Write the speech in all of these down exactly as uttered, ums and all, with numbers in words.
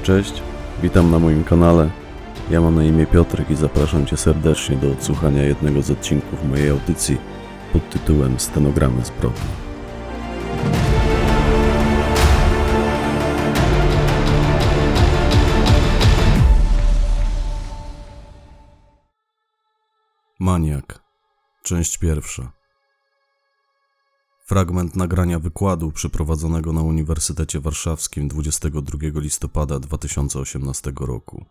Cześć, witam na moim kanale. Ja mam na imię Piotrek i zapraszam Cię serdecznie do odsłuchania jednego z odcinków mojej audycji pod tytułem Stenogramy zbrodni. Maniak. Część pierwsza. Fragment nagrania wykładu przeprowadzonego na Uniwersytecie Warszawskim dwudziestego drugiego listopada dwa tysiące osiemnastego roku.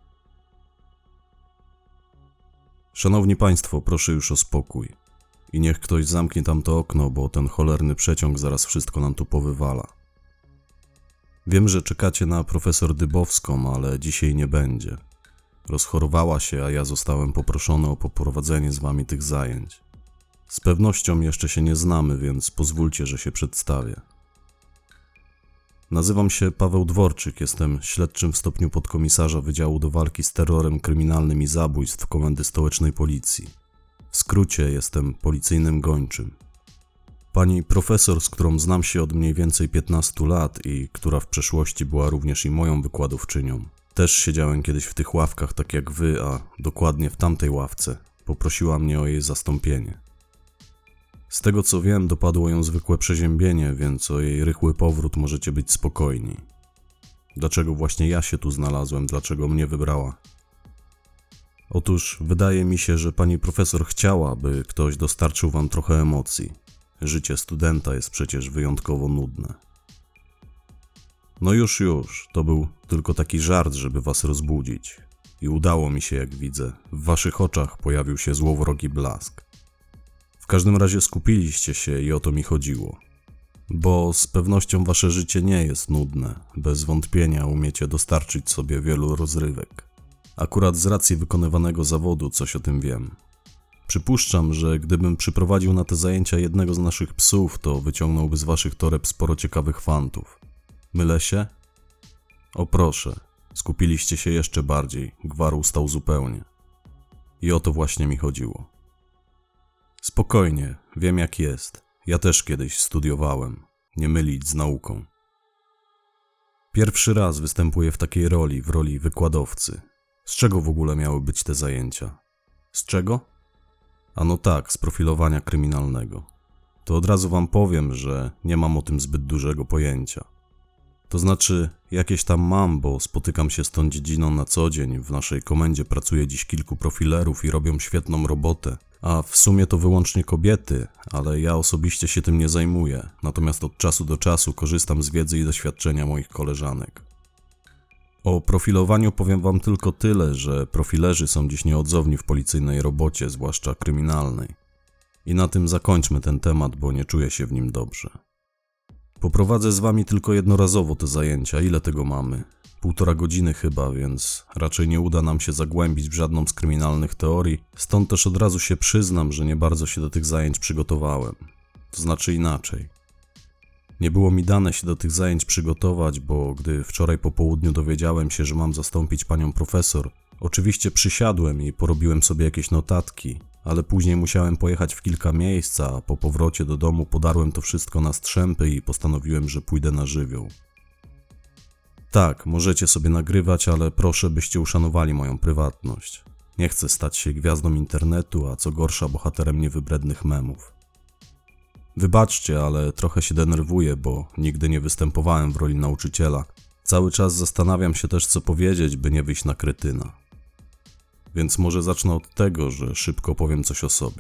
Szanowni Państwo, proszę już o spokój. I niech ktoś zamknie tamto okno, bo ten cholerny przeciąg zaraz wszystko nam tu powywala. Wiem, że czekacie na profesor Dybowską, ale dzisiaj nie będzie. Rozchorowała się, a ja zostałem poproszony o poprowadzenie z wami tych zajęć. Z pewnością jeszcze się nie znamy, więc pozwólcie, że się przedstawię. Nazywam się Paweł Dworczyk, jestem śledczym w stopniu podkomisarza Wydziału do Walki z Terrorem Kryminalnym i Zabójstw Komendy Stołecznej Policji. W skrócie jestem policyjnym gończym. Pani profesor, z którą znam się od mniej więcej piętnastu lat i która w przeszłości była również i moją wykładowczynią, też siedziałem kiedyś w tych ławkach tak jak wy, a dokładnie w tamtej ławce, poprosiła mnie o jej zastąpienie. Z tego co wiem, dopadło ją zwykłe przeziębienie, więc o jej rychły powrót możecie być spokojni. Dlaczego właśnie ja się tu znalazłem, dlaczego mnie wybrała? Otóż wydaje mi się, że pani profesor chciała, by ktoś dostarczył wam trochę emocji. Życie studenta jest przecież wyjątkowo nudne. No już, już, to był tylko taki żart, żeby was rozbudzić. I udało mi się, jak widzę. W waszych oczach pojawił się złowrogi blask. W każdym razie skupiliście się i o to mi chodziło. Bo z pewnością wasze życie nie jest nudne. Bez wątpienia umiecie dostarczyć sobie wielu rozrywek. Akurat z racji wykonywanego zawodu coś o tym wiem. Przypuszczam, że gdybym przyprowadził na te zajęcia jednego z naszych psów, to wyciągnąłby z waszych toreb sporo ciekawych fantów. Mylę się? O proszę, skupiliście się jeszcze bardziej, gwar ustał zupełnie. I o to właśnie mi chodziło. Spokojnie, wiem jak jest. Ja też kiedyś studiowałem. Nie mylić z nauką. Pierwszy raz występuję w takiej roli, w roli wykładowcy. Z czego w ogóle miały być te zajęcia? Z czego? Ano tak, z profilowania kryminalnego. To od razu wam powiem, że nie mam o tym zbyt dużego pojęcia. To znaczy, jakieś tam mam, bo spotykam się z tą dziedziną na co dzień. W naszej komendzie pracuje dziś kilku profilerów i robią świetną robotę. A w sumie to wyłącznie kobiety, ale ja osobiście się tym nie zajmuję. Natomiast od czasu do czasu korzystam z wiedzy i doświadczenia moich koleżanek. O profilowaniu powiem wam tylko tyle, że profilerzy są dziś nieodzowni w policyjnej robocie, zwłaszcza kryminalnej. I na tym zakończmy ten temat, bo nie czuję się w nim dobrze. Poprowadzę z wami tylko jednorazowo te zajęcia. Ile tego mamy? Półtora godziny chyba, więc raczej nie uda nam się zagłębić w żadną z kryminalnych teorii, stąd też od razu się przyznam, że nie bardzo się do tych zajęć przygotowałem. To znaczy inaczej. Nie było mi dane się do tych zajęć przygotować, bo gdy wczoraj po południu dowiedziałem się, że mam zastąpić panią profesor, oczywiście przysiadłem i porobiłem sobie jakieś notatki, ale później musiałem pojechać w kilka miejsc, a po powrocie do domu podarłem to wszystko na strzępy i postanowiłem, że pójdę na żywioł. Tak, możecie sobie nagrywać, ale proszę, byście uszanowali moją prywatność. Nie chcę stać się gwiazdą internetu, a co gorsza bohaterem niewybrednych memów. Wybaczcie, ale trochę się denerwuję, bo nigdy nie występowałem w roli nauczyciela. Cały czas zastanawiam się też, co powiedzieć, by nie wyjść na kretyna. Więc może zacznę od tego, że szybko powiem coś o sobie.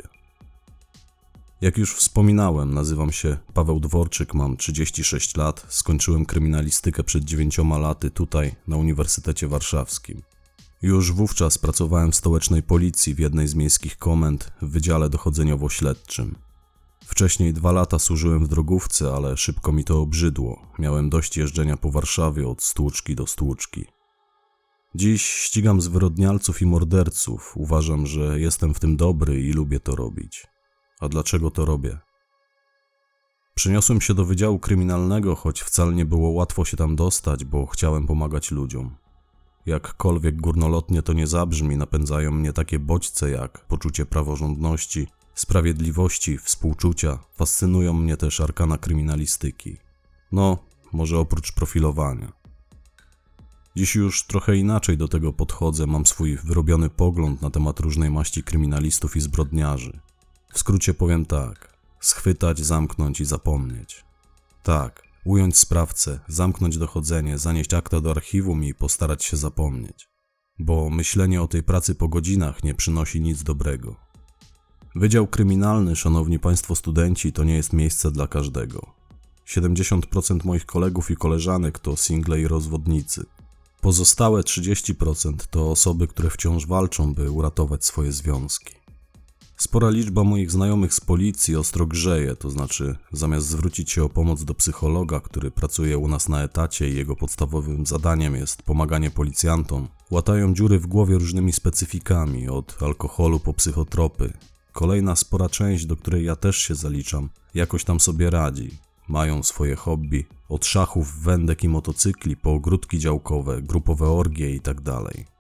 Jak już wspominałem, nazywam się Paweł Dworczyk, mam trzydzieści sześć lat, skończyłem kryminalistykę przed dziewięcioma laty tutaj, na Uniwersytecie Warszawskim. Już wówczas pracowałem w stołecznej policji w jednej z miejskich komend w Wydziale Dochodzeniowo-Śledczym. Wcześniej dwa lata służyłem w drogówce, ale szybko mi to obrzydło. Miałem dość jeżdżenia po Warszawie od stłuczki do stłuczki. Dziś ścigam zwyrodnialców i morderców. Uważam, że jestem w tym dobry i lubię to robić. A dlaczego to robię? Przeniosłem się do Wydziału Kryminalnego, choć wcale nie było łatwo się tam dostać, bo chciałem pomagać ludziom. Jakkolwiek górnolotnie to nie zabrzmi, napędzają mnie takie bodźce jak poczucie praworządności, sprawiedliwości, współczucia. Fascynują mnie też arkana kryminalistyki. No, może oprócz profilowania. Dziś już trochę inaczej do tego podchodzę, mam swój wyrobiony pogląd na temat różnej maści kryminalistów i zbrodniarzy. W skrócie powiem tak: schwytać, zamknąć i zapomnieć. Tak, ująć sprawcę, zamknąć dochodzenie, zanieść akta do archiwum i postarać się zapomnieć. Bo myślenie o tej pracy po godzinach nie przynosi nic dobrego. Wydział kryminalny, szanowni państwo studenci, to nie jest miejsce dla każdego. siedemdziesiąt procent moich kolegów i koleżanek to single i rozwodnicy. Pozostałe trzydzieści procent to osoby, które wciąż walczą, by uratować swoje związki. Spora liczba moich znajomych z policji ostro grzeje, to znaczy zamiast zwrócić się o pomoc do psychologa, który pracuje u nas na etacie i jego podstawowym zadaniem jest pomaganie policjantom, łatają dziury w głowie różnymi specyfikami, od alkoholu po psychotropy. Kolejna spora część, do której ja też się zaliczam, jakoś tam sobie radzi. Mają swoje hobby, od szachów, wędek i motocykli, po ogródki działkowe, grupowe orgie itd.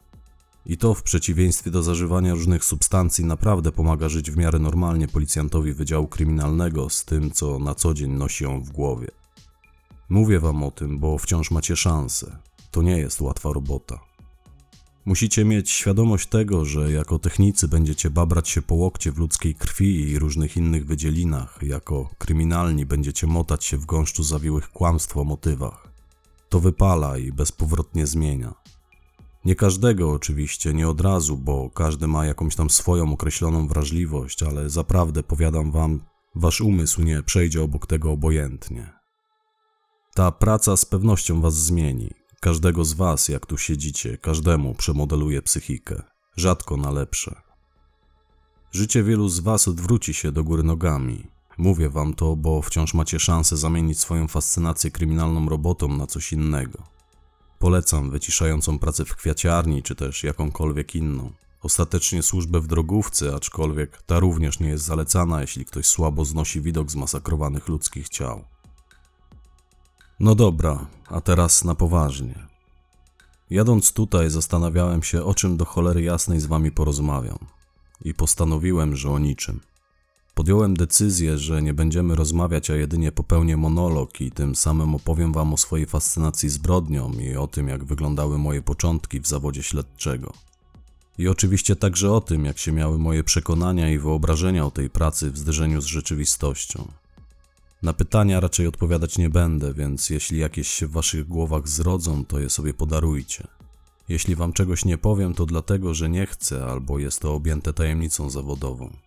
I to w przeciwieństwie do zażywania różnych substancji naprawdę pomaga żyć w miarę normalnie policjantowi Wydziału Kryminalnego z tym, co na co dzień nosi on w głowie. Mówię wam o tym, bo wciąż macie szansę. To nie jest łatwa robota. Musicie mieć świadomość tego, że jako technicy będziecie babrać się po łokcie w ludzkiej krwi i różnych innych wydzielinach, jako kryminalni będziecie motać się w gąszczu zawiłych kłamstw o motywach. To wypala i bezpowrotnie zmienia. Nie każdego oczywiście, nie od razu, bo każdy ma jakąś tam swoją określoną wrażliwość, ale zaprawdę powiadam wam, wasz umysł nie przejdzie obok tego obojętnie. Ta praca z pewnością was zmieni. Każdego z was, jak tu siedzicie, każdemu przemodeluje psychikę. Rzadko na lepsze. Życie wielu z was odwróci się do góry nogami. Mówię wam to, bo wciąż macie szansę zamienić swoją fascynację kryminalną robotą na coś innego. Polecam wyciszającą pracę w kwiaciarni, czy też jakąkolwiek inną. Ostatecznie służbę w drogówce, aczkolwiek ta również nie jest zalecana, jeśli ktoś słabo znosi widok zmasakrowanych ludzkich ciał. No dobra, a teraz na poważnie. Jadąc tutaj zastanawiałem się, o czym do cholery jasnej z wami porozmawiam. I postanowiłem, że o niczym. Podjąłem decyzję, że nie będziemy rozmawiać, a jedynie popełnię monolog i tym samym opowiem wam o swojej fascynacji zbrodnią i o tym, jak wyglądały moje początki w zawodzie śledczego. I oczywiście także o tym, jak się miały moje przekonania i wyobrażenia o tej pracy w zderzeniu z rzeczywistością. Na pytania raczej odpowiadać nie będę, więc jeśli jakieś się w waszych głowach zrodzą, to je sobie podarujcie. Jeśli wam czegoś nie powiem, to dlatego, że nie chcę, albo jest to objęte tajemnicą zawodową.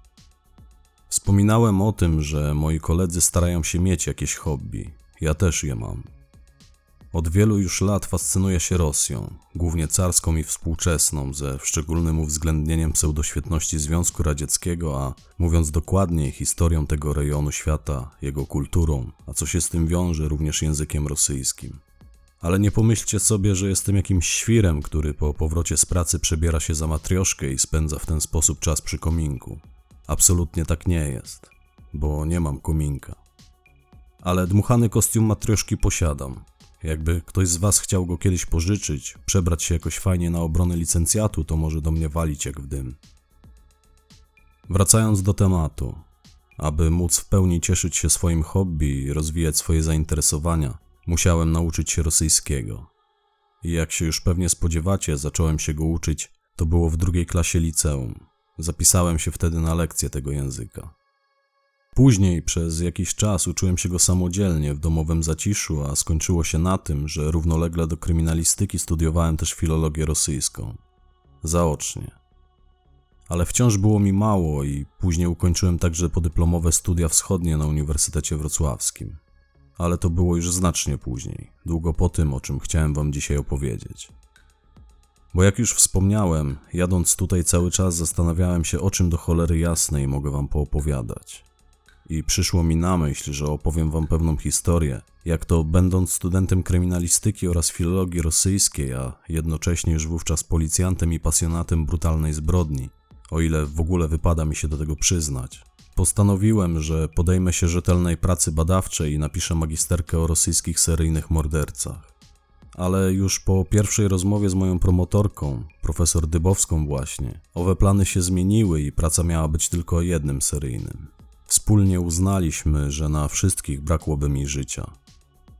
Wspominałem o tym, że moi koledzy starają się mieć jakieś hobby. Ja też je mam. Od wielu już lat fascynuję się Rosją, głównie carską i współczesną, ze szczególnym uwzględnieniem pseudoświetności Związku Radzieckiego, a mówiąc dokładniej, historią tego rejonu świata, jego kulturą, a co się z tym wiąże, również językiem rosyjskim. Ale nie pomyślcie sobie, że jestem jakimś świrem, który po powrocie z pracy przebiera się za matrioszkę i spędza w ten sposób czas przy kominku. Absolutnie tak nie jest, bo nie mam kominka. Ale dmuchany kostium matrioszki posiadam. Jakby ktoś z was chciał go kiedyś pożyczyć, przebrać się jakoś fajnie na obronę licencjatu, to może do mnie walić jak w dym. Wracając do tematu. Aby móc w pełni cieszyć się swoim hobby i rozwijać swoje zainteresowania, musiałem nauczyć się rosyjskiego. I jak się już pewnie spodziewacie, zacząłem się go uczyć, to było w drugiej klasie liceum. Zapisałem się wtedy na lekcję tego języka. Później przez jakiś czas uczyłem się go samodzielnie w domowym zaciszu, a skończyło się na tym, że równolegle do kryminalistyki studiowałem też filologię rosyjską. Zaocznie. Ale wciąż było mi mało i później ukończyłem także podyplomowe studia wschodnie na Uniwersytecie Wrocławskim. Ale to było już znacznie później, długo po tym, o czym chciałem wam dzisiaj opowiedzieć. Bo jak już wspomniałem, jadąc tutaj cały czas zastanawiałem się, o czym do cholery jasnej mogę wam poopowiadać. I przyszło mi na myśl, że opowiem wam pewną historię, jak to będąc studentem kryminalistyki oraz filologii rosyjskiej, a jednocześnie już wówczas policjantem i pasjonatem brutalnej zbrodni, o ile w ogóle wypada mi się do tego przyznać, postanowiłem, że podejmę się rzetelnej pracy badawczej i napiszę magisterkę o rosyjskich seryjnych mordercach. Ale już po pierwszej rozmowie z moją promotorką, profesor Dybowską właśnie, owe plany się zmieniły i praca miała być tylko o jednym seryjnym. Wspólnie uznaliśmy, że na wszystkich brakłoby mi życia.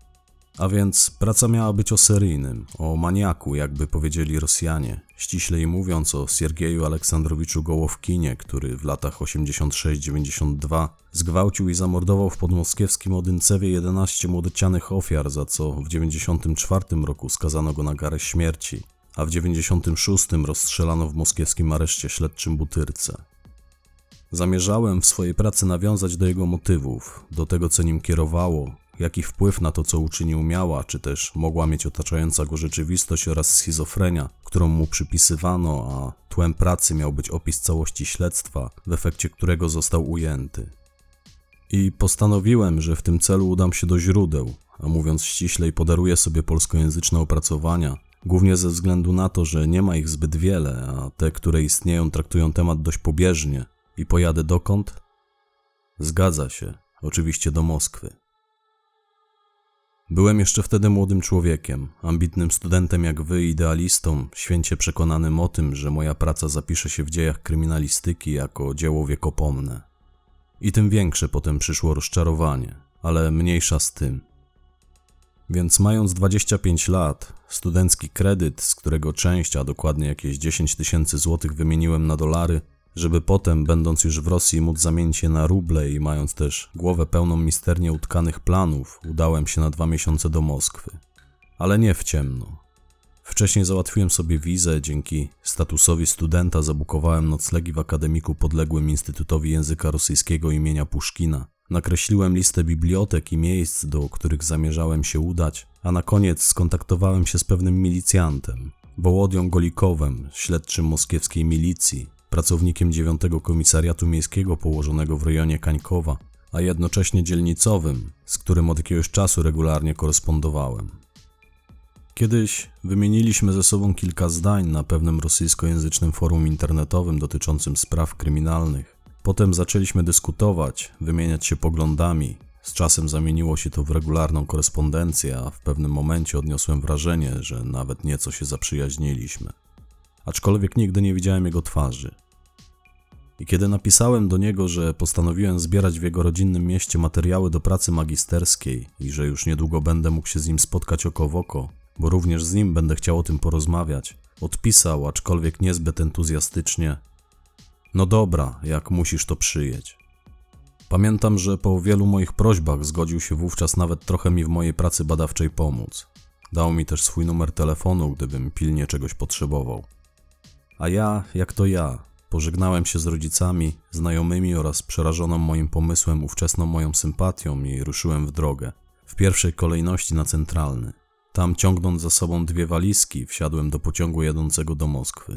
A więc praca miała być o seryjnym, o maniaku, jakby powiedzieli Rosjanie, ściślej mówiąc o Siergieju Aleksandrowiczu Gołowkinie, który w latach osiemdziesiąt sześć dziewięćdziesiąt dwa zgwałcił i zamordował w podmoskiewskim Odyncewie jedenaście młodocianych ofiar, za co w dziewięćdziesiątym czwartym roku skazano go na karę śmierci, a w dziewięćdziesiątym szóstym rozstrzelano w moskiewskim areszcie śledczym Butyrce. Zamierzałem w swojej pracy nawiązać do jego motywów, do tego, co nim kierowało, jaki wpływ na to, co uczynił miała, czy też mogła mieć otaczająca go rzeczywistość oraz schizofrenia, którą mu przypisywano, a tłem pracy miał być opis całości śledztwa, w efekcie którego został ujęty. I postanowiłem, że w tym celu udam się do źródeł, a mówiąc ściślej, podaruję sobie polskojęzyczne opracowania, głównie ze względu na to, że nie ma ich zbyt wiele, a te, które istnieją, traktują temat dość pobieżnie. I pojadę dokąd? Zgadza się, oczywiście do Moskwy. Byłem jeszcze wtedy młodym człowiekiem, ambitnym studentem jak wy, idealistą, święcie przekonanym o tym, że moja praca zapisze się w dziejach kryminalistyki jako dzieło wiekopomne. I tym większe potem przyszło rozczarowanie, ale mniejsza z tym. Więc mając dwadzieścia pięć lat, studencki kredyt, z którego część, a dokładnie jakieś dziesięć tysięcy złotych wymieniłem na dolary, żeby potem, będąc już w Rosji, móc zamienić je na ruble i mając też głowę pełną misternie utkanych planów, udałem się na dwa miesiące do Moskwy. Ale nie w ciemno. Wcześniej załatwiłem sobie wizę, dzięki statusowi studenta zabukowałem noclegi w akademiku podległym Instytutowi Języka Rosyjskiego imienia Puszkina. Nakreśliłem listę bibliotek i miejsc, do których zamierzałem się udać, a na koniec skontaktowałem się z pewnym milicjantem, Wołodią Golikowem, śledczym moskiewskiej milicji, pracownikiem dziewiątego Komisariatu Miejskiego położonego w rejonie Kańkowa, a jednocześnie dzielnicowym, z którym od jakiegoś czasu regularnie korespondowałem. Kiedyś wymieniliśmy ze sobą kilka zdań na pewnym rosyjskojęzycznym forum internetowym dotyczącym spraw kryminalnych. Potem zaczęliśmy dyskutować, wymieniać się poglądami. Z czasem zamieniło się to w regularną korespondencję, a w pewnym momencie odniosłem wrażenie, że nawet nieco się zaprzyjaźniliśmy. Aczkolwiek nigdy nie widziałem jego twarzy. I kiedy napisałem do niego, że postanowiłem zbierać w jego rodzinnym mieście materiały do pracy magisterskiej i że już niedługo będę mógł się z nim spotkać oko w oko, bo również z nim będę chciał o tym porozmawiać, odpisał, aczkolwiek niezbyt entuzjastycznie: no dobra, jak musisz, to przyjedź. Pamiętam, że po wielu moich prośbach zgodził się wówczas nawet trochę mi w mojej pracy badawczej pomóc. Dał mi też swój numer telefonu, gdybym pilnie czegoś potrzebował. A ja, jak to ja, pożegnałem się z rodzicami, znajomymi oraz przerażoną moim pomysłem ówczesną moją sympatią i ruszyłem w drogę. W pierwszej kolejności na Centralny. Tam, ciągnąc za sobą dwie walizki, wsiadłem do pociągu jadącego do Moskwy.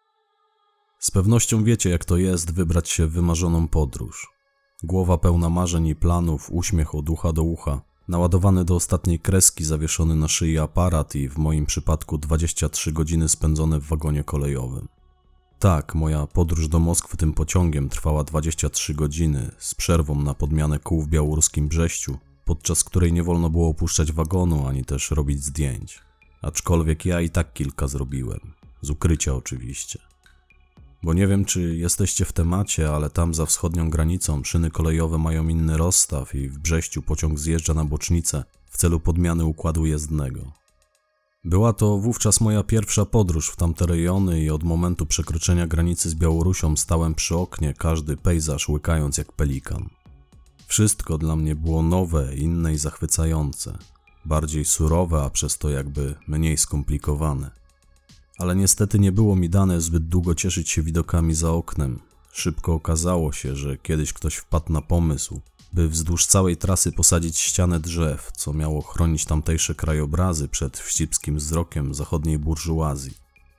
Z pewnością wiecie, jak to jest wybrać się w wymarzoną podróż. Głowa pełna marzeń i planów, uśmiech od ucha do ucha, naładowany do ostatniej kreski, zawieszony na szyi aparat i w moim przypadku dwadzieścia trzy godziny spędzone w wagonie kolejowym. Tak, moja podróż do Moskwy tym pociągiem trwała dwadzieścia trzy godziny, z przerwą na podmianę kół w białoruskim Brześciu, podczas której nie wolno było opuszczać wagonu, ani też robić zdjęć. Aczkolwiek ja i tak kilka zrobiłem. Z ukrycia oczywiście. Bo nie wiem, czy jesteście w temacie, ale tam za wschodnią granicą szyny kolejowe mają inny rozstaw i w Brześciu pociąg zjeżdża na bocznicę w celu podmiany układu jezdnego. Była to wówczas moja pierwsza podróż w tamte rejony i od momentu przekroczenia granicy z Białorusią stałem przy oknie, każdy pejzaż łykając jak pelikan. Wszystko dla mnie było nowe, inne i zachwycające, bardziej surowe, a przez to jakby mniej skomplikowane. Ale niestety nie było mi dane zbyt długo cieszyć się widokami za oknem. Szybko okazało się, że kiedyś ktoś wpadł na pomysł, by wzdłuż całej trasy posadzić ścianę drzew, co miało chronić tamtejsze krajobrazy przed wścibskim wzrokiem zachodniej burżuazji.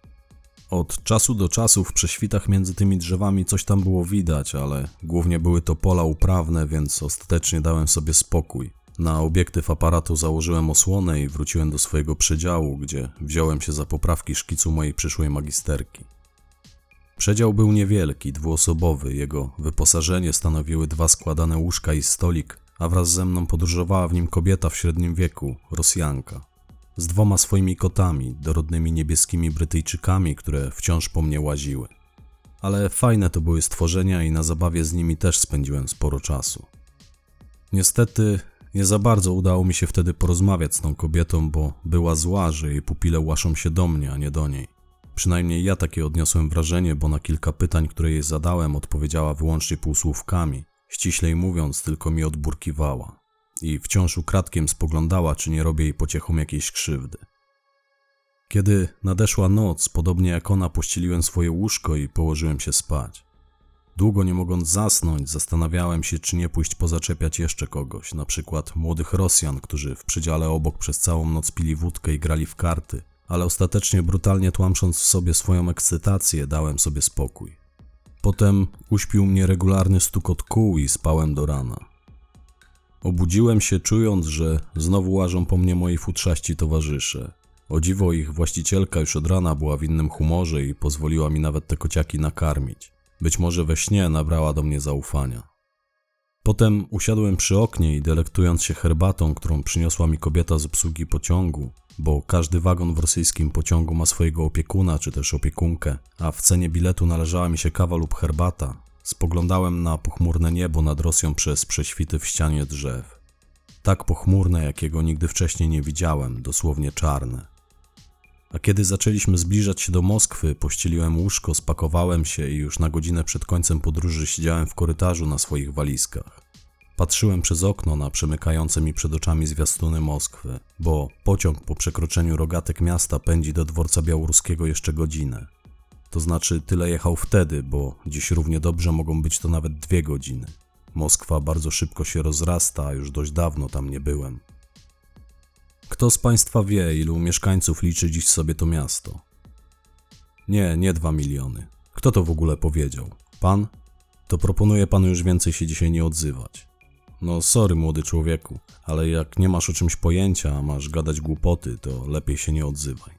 Od czasu do czasu w prześwitach między tymi drzewami coś tam było widać, ale głównie były to pola uprawne, więc ostatecznie dałem sobie spokój. Na obiektyw aparatu założyłem osłonę i wróciłem do swojego przedziału, gdzie wziąłem się za poprawki szkicu mojej przyszłej magisterki. Przedział był niewielki, dwuosobowy, jego wyposażenie stanowiły dwa składane łóżka i stolik, a wraz ze mną podróżowała w nim kobieta w średnim wieku, Rosjanka, z dwoma swoimi kotami, dorodnymi niebieskimi Brytyjczykami, które wciąż po mnie łaziły. Ale fajne to były stworzenia i na zabawie z nimi też spędziłem sporo czasu. Niestety Nie za bardzo udało mi się wtedy porozmawiać z tą kobietą, bo była zła, że jej pupile łaszą się do mnie, a nie do niej. Przynajmniej ja takie odniosłem wrażenie, bo na kilka pytań, które jej zadałem, odpowiedziała wyłącznie półsłówkami. Ściślej mówiąc, tylko mi odburkiwała. I wciąż ukradkiem spoglądała, czy nie robię jej pociechą jakiejś krzywdy. Kiedy nadeszła noc, podobnie jak ona, pościeliłem swoje łóżko i położyłem się spać. Długo nie mogąc zasnąć, zastanawiałem się, czy nie pójść pozaczepiać jeszcze kogoś, na przykład młodych Rosjan, którzy w przedziale obok przez całą noc pili wódkę i grali w karty, ale ostatecznie brutalnie tłamsząc w sobie swoją ekscytację, dałem sobie spokój. Potem uśpił mnie regularny stukot kół i spałem do rana. Obudziłem się, czując, że znowu łażą po mnie moi futrzaści towarzysze. O dziwo, ich właścicielka już od rana była w innym humorze i pozwoliła mi nawet te kociaki nakarmić. Być może we śnie nabrała do mnie zaufania. Potem usiadłem przy oknie i delektując się herbatą, którą przyniosła mi kobieta z obsługi pociągu, bo każdy wagon w rosyjskim pociągu ma swojego opiekuna czy też opiekunkę, a w cenie biletu należała mi się kawa lub herbata, spoglądałem na pochmurne niebo nad Rosją przez prześwity w ścianie drzew. Tak pochmurne, jakiego nigdy wcześniej nie widziałem, dosłownie czarne. A kiedy zaczęliśmy zbliżać się do Moskwy, pościeliłem łóżko, spakowałem się i już na godzinę przed końcem podróży siedziałem w korytarzu na swoich walizkach. Patrzyłem przez okno na przemykające mi przed oczami zwiastuny Moskwy, bo pociąg po przekroczeniu rogatek miasta pędzi do dworca białoruskiego jeszcze godzinę. To znaczy tyle jechał wtedy, bo dziś równie dobrze mogą być to nawet dwie godziny. Moskwa bardzo szybko się rozrasta, a już dość dawno tam nie byłem. Kto z Państwa wie, ilu mieszkańców liczy dziś sobie to miasto? Nie, nie dwa miliony. Kto to w ogóle powiedział? Pan? To proponuję panu już więcej się dzisiaj nie odzywać. No sorry, młody człowieku, ale jak nie masz o czymś pojęcia, a masz gadać głupoty, to lepiej się nie odzywaj.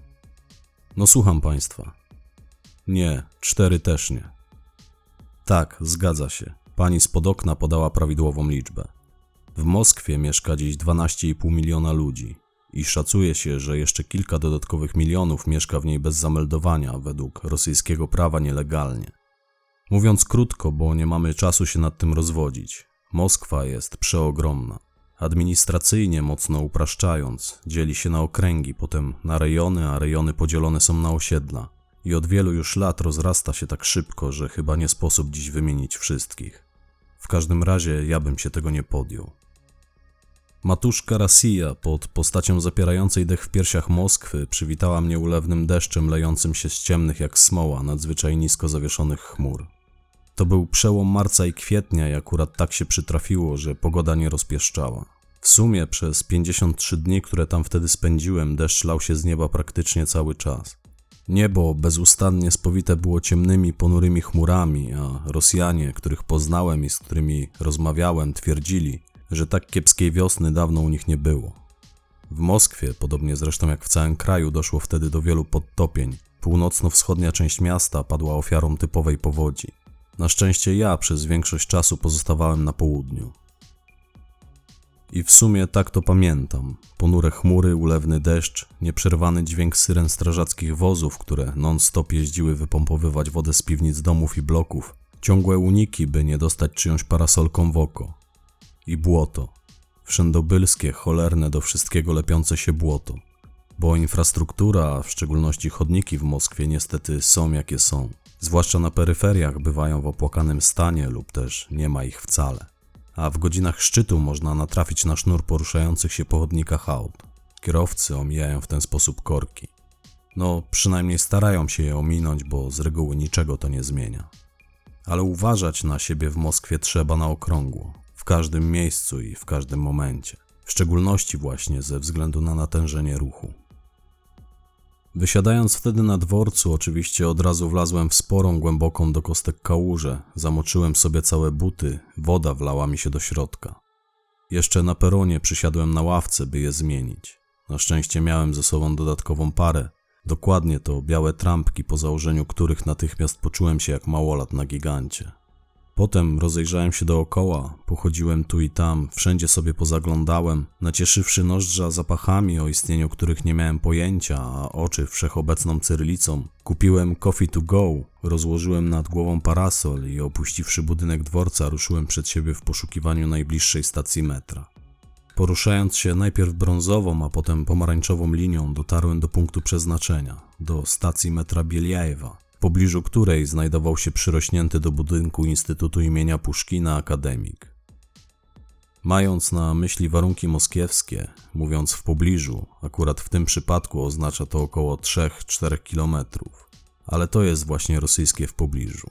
No słucham państwa. Nie, cztery też nie. Tak, zgadza się. Pani spod okna podała prawidłową liczbę. W Moskwie mieszka dziś dwanaście i pół miliona ludzi i szacuje się, że jeszcze kilka dodatkowych milionów mieszka w niej bez zameldowania, według rosyjskiego prawa nielegalnie. Mówiąc krótko, bo nie mamy czasu się nad tym rozwodzić, Moskwa jest przeogromna. Administracyjnie, mocno upraszczając, dzieli się na okręgi, potem na rejony, a rejony podzielone są na osiedla. I od wielu już lat rozrasta się tak szybko, że chyba nie sposób dziś wymienić wszystkich. W każdym razie ja bym się tego nie podjął. Matuszka Rosja pod postacią zapierającej dech w piersiach Moskwy przywitała mnie ulewnym deszczem lejącym się z ciemnych jak smoła nadzwyczaj nisko zawieszonych chmur. To był przełom marca i kwietnia i akurat tak się przytrafiło, że pogoda nie rozpieszczała. W sumie przez pięćdziesiąt trzy dni, które tam wtedy spędziłem, deszcz lał się z nieba praktycznie cały czas. Niebo bezustannie spowite było ciemnymi, ponurymi chmurami, a Rosjanie, których poznałem i z którymi rozmawiałem, twierdzili, że tak kiepskiej wiosny dawno u nich nie było. W Moskwie, podobnie zresztą jak w całym kraju, doszło wtedy do wielu podtopień. Północno-wschodnia część miasta padła ofiarą typowej powodzi. Na szczęście ja przez większość czasu pozostawałem na południu. I w sumie tak to pamiętam. Ponure chmury, ulewny deszcz, nieprzerwany dźwięk syren strażackich wozów, które non-stop jeździły wypompowywać wodę z piwnic domów i bloków, ciągłe uniki, by nie dostać czyjąś parasolką w oko. I błoto. Wszędobylskie, cholerne do wszystkiego lepiące się błoto. Bo infrastruktura, a w szczególności chodniki w Moskwie niestety są jakie są. Zwłaszcza na peryferiach bywają w opłakanym stanie lub też nie ma ich wcale. A w godzinach szczytu można natrafić na sznur poruszających się po chodnikach aut. Kierowcy omijają w ten sposób korki. No, przynajmniej starają się je ominąć, bo z reguły niczego to nie zmienia. Ale uważać na siebie w Moskwie trzeba na okrągło. W każdym miejscu i w każdym momencie. W szczególności właśnie ze względu na natężenie ruchu. Wysiadając wtedy na dworcu, oczywiście od razu wlazłem w sporą, głęboką do kostek kałużę, zamoczyłem sobie całe buty, woda wlała mi się do środka. Jeszcze na peronie przysiadłem na ławce, by je zmienić. Na szczęście miałem ze sobą dodatkową parę, dokładnie to białe trampki, po założeniu których natychmiast poczułem się jak małolat na gigancie. Potem rozejrzałem się dookoła, pochodziłem tu i tam, wszędzie sobie pozaglądałem, nacieszywszy nozdrza zapachami, o istnieniu których nie miałem pojęcia, a oczy wszechobecną cyrylicą. Kupiłem coffee to go, rozłożyłem nad głową parasol i opuściwszy budynek dworca, ruszyłem przed siebie w poszukiwaniu najbliższej stacji metra. Poruszając się najpierw brązową, a potem pomarańczową linią, dotarłem do punktu przeznaczenia, do stacji metra Bieliajewa, w pobliżu której znajdował się przyrośnięty do budynku Instytutu imienia Puszkina akademik. Mając na myśli warunki moskiewskie, mówiąc w pobliżu, akurat w tym przypadku oznacza to około trzy do czterech kilometrów, ale to jest właśnie rosyjskie w pobliżu.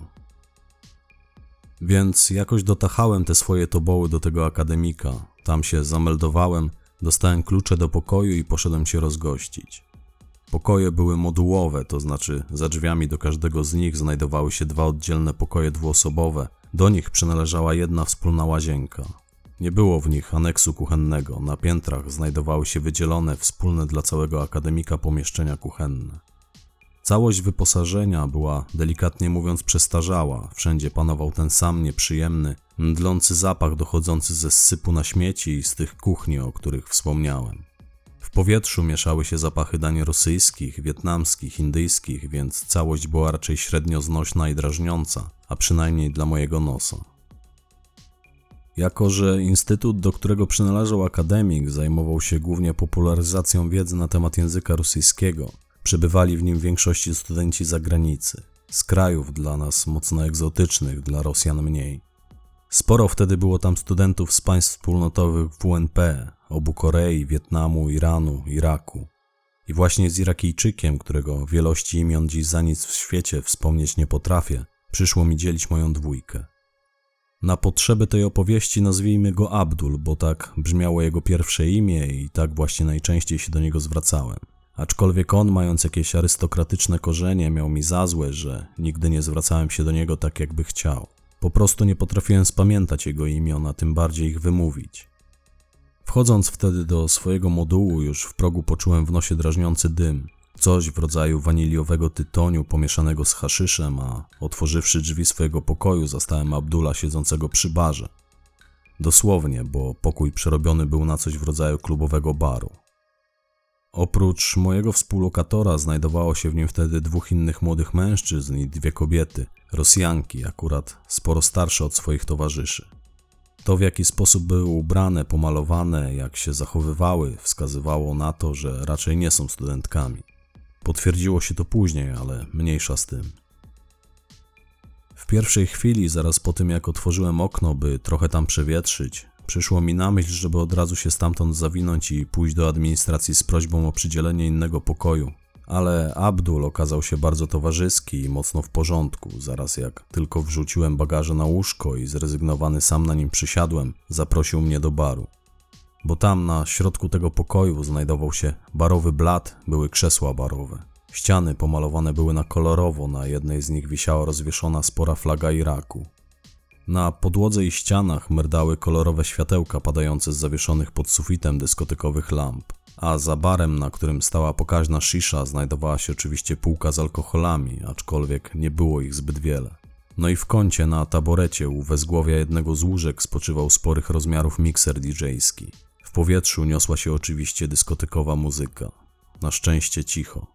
Więc jakoś dotachałem te swoje toboły do tego akademika, tam się zameldowałem, dostałem klucze do pokoju i poszedłem się rozgościć. Pokoje były modułowe, to znaczy za drzwiami do każdego z nich znajdowały się dwa oddzielne pokoje dwuosobowe, do nich przynależała jedna wspólna łazienka. Nie było w nich aneksu kuchennego, na piętrach znajdowały się wydzielone, wspólne dla całego akademika pomieszczenia kuchenne. Całość wyposażenia była, delikatnie mówiąc, przestarzała, wszędzie panował ten sam nieprzyjemny, mdlący zapach dochodzący ze zsypu na śmieci i z tych kuchni, o których wspomniałem. W powietrzu mieszały się zapachy dań rosyjskich, wietnamskich, indyjskich, więc całość była raczej średnio znośna i drażniąca, a przynajmniej dla mojego nosa. Jako że instytut, do którego przynależał akademik, zajmował się głównie popularyzacją wiedzy na temat języka rosyjskiego, przebywali w nim w większości studenci z zagranicy, z krajów dla nas mocno egzotycznych, dla Rosjan mniej. Sporo wtedy było tam studentów z państw wspólnotowych W N P, obu Korei, Wietnamu, Iranu, Iraku. I właśnie z Irakijczykiem, którego wielości imion dziś za nic w świecie wspomnieć nie potrafię, przyszło mi dzielić moją dwójkę. Na potrzeby tej opowieści nazwijmy go Abdul, bo tak brzmiało jego pierwsze imię i tak właśnie najczęściej się do niego zwracałem. Aczkolwiek on, mając jakieś arystokratyczne korzenie, miał mi za złe, że nigdy nie zwracałem się do niego tak, jakby chciał. Po prostu nie potrafiłem spamiętać jego imion, a tym bardziej ich wymówić. Wchodząc wtedy do swojego modułu, już w progu poczułem w nosie drażniący dym. Coś w rodzaju waniliowego tytoniu pomieszanego z haszyszem, a otworzywszy drzwi swojego pokoju, zastałem Abdula siedzącego przy barze. Dosłownie, bo pokój przerobiony był na coś w rodzaju klubowego baru. Oprócz mojego współlokatora znajdowało się w nim wtedy dwóch innych młodych mężczyzn i dwie kobiety, Rosjanki, akurat sporo starsze od swoich towarzyszy. To, w jaki sposób były ubrane, pomalowane, jak się zachowywały, wskazywało na to, że raczej nie są studentkami. Potwierdziło się to później, ale mniejsza z tym. W pierwszej chwili, zaraz po tym jak otworzyłem okno, by trochę tam przewietrzyć, przyszło mi na myśl, żeby od razu się stamtąd zawinąć i pójść do administracji z prośbą o przydzielenie innego pokoju. Ale Abdul okazał się bardzo towarzyski i mocno w porządku. Zaraz jak tylko wrzuciłem bagaże na łóżko i zrezygnowany sam na nim przysiadłem, zaprosił mnie do baru. Bo tam na środku tego pokoju znajdował się barowy blat, były krzesła barowe. Ściany pomalowane były na kolorowo, na jednej z nich wisiała rozwieszona spora flaga Iraku. Na podłodze i ścianach merdały kolorowe światełka padające z zawieszonych pod sufitem dyskotekowych lamp. A za barem, na którym stała pokaźna szisza, znajdowała się oczywiście półka z alkoholami, aczkolwiek nie było ich zbyt wiele. No i w kącie na taborecie u wezgłowia jednego z łóżek spoczywał sporych rozmiarów mikser didżejski. W powietrzu niosła się oczywiście dyskotekowa muzyka. Na szczęście cicho.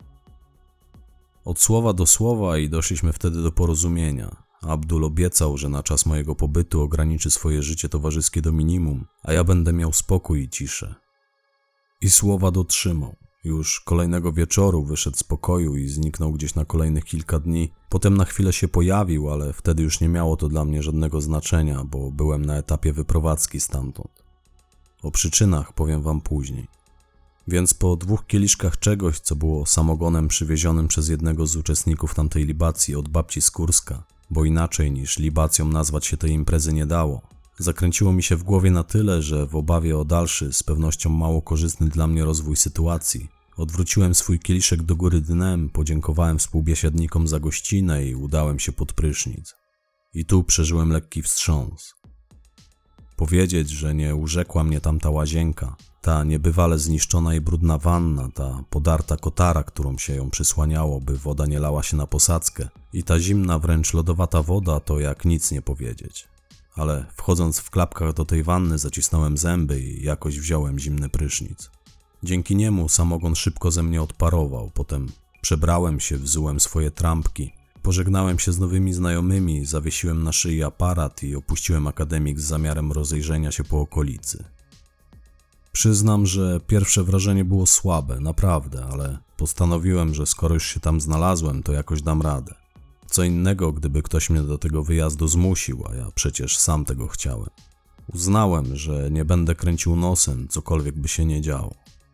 Od słowa do słowa i doszliśmy wtedy do porozumienia. Abdul obiecał, że na czas mojego pobytu ograniczy swoje życie towarzyskie do minimum, a ja będę miał spokój i ciszę. I słowa dotrzymał. Już kolejnego wieczoru wyszedł z pokoju i zniknął gdzieś na kolejnych kilka dni. Potem na chwilę się pojawił, ale wtedy już nie miało to dla mnie żadnego znaczenia, bo byłem na etapie wyprowadzki stamtąd. O przyczynach powiem wam później. Więc po dwóch kieliszkach czegoś, co było samogonem przywiezionym przez jednego z uczestników tamtej libacji od babci z Kurska, bo inaczej niż libacją nazwać się tej imprezy nie dało, zakręciło mi się w głowie na tyle, że w obawie o dalszy, z pewnością mało korzystny dla mnie rozwój sytuacji, odwróciłem swój kieliszek do góry dnem, podziękowałem współbiesiadnikom za gościnę i udałem się pod prysznic. I tu przeżyłem lekki wstrząs. Powiedzieć, że nie urzekła mnie tamta łazienka, ta niebywale zniszczona i brudna wanna, ta podarta kotara, którą się ją przysłaniało, by woda nie lała się na posadzkę, i ta zimna, wręcz lodowata woda, to jak nic nie powiedzieć. Ale wchodząc w klapkach do tej wanny zacisnąłem zęby i jakoś wziąłem zimny prysznic. Dzięki niemu samogon szybko ze mnie odparował, potem przebrałem się, wzułem swoje trampki, pożegnałem się z nowymi znajomymi, zawiesiłem na szyi aparat i opuściłem akademik z zamiarem rozejrzenia się po okolicy. Przyznam, że pierwsze wrażenie było słabe, naprawdę, ale postanowiłem, że skoro już się tam znalazłem, to jakoś dam radę. Co innego, gdyby ktoś mnie do tego wyjazdu zmusił, a ja przecież sam tego chciałem. Uznałem, że nie będę kręcił nosem, cokolwiek by się nie działo.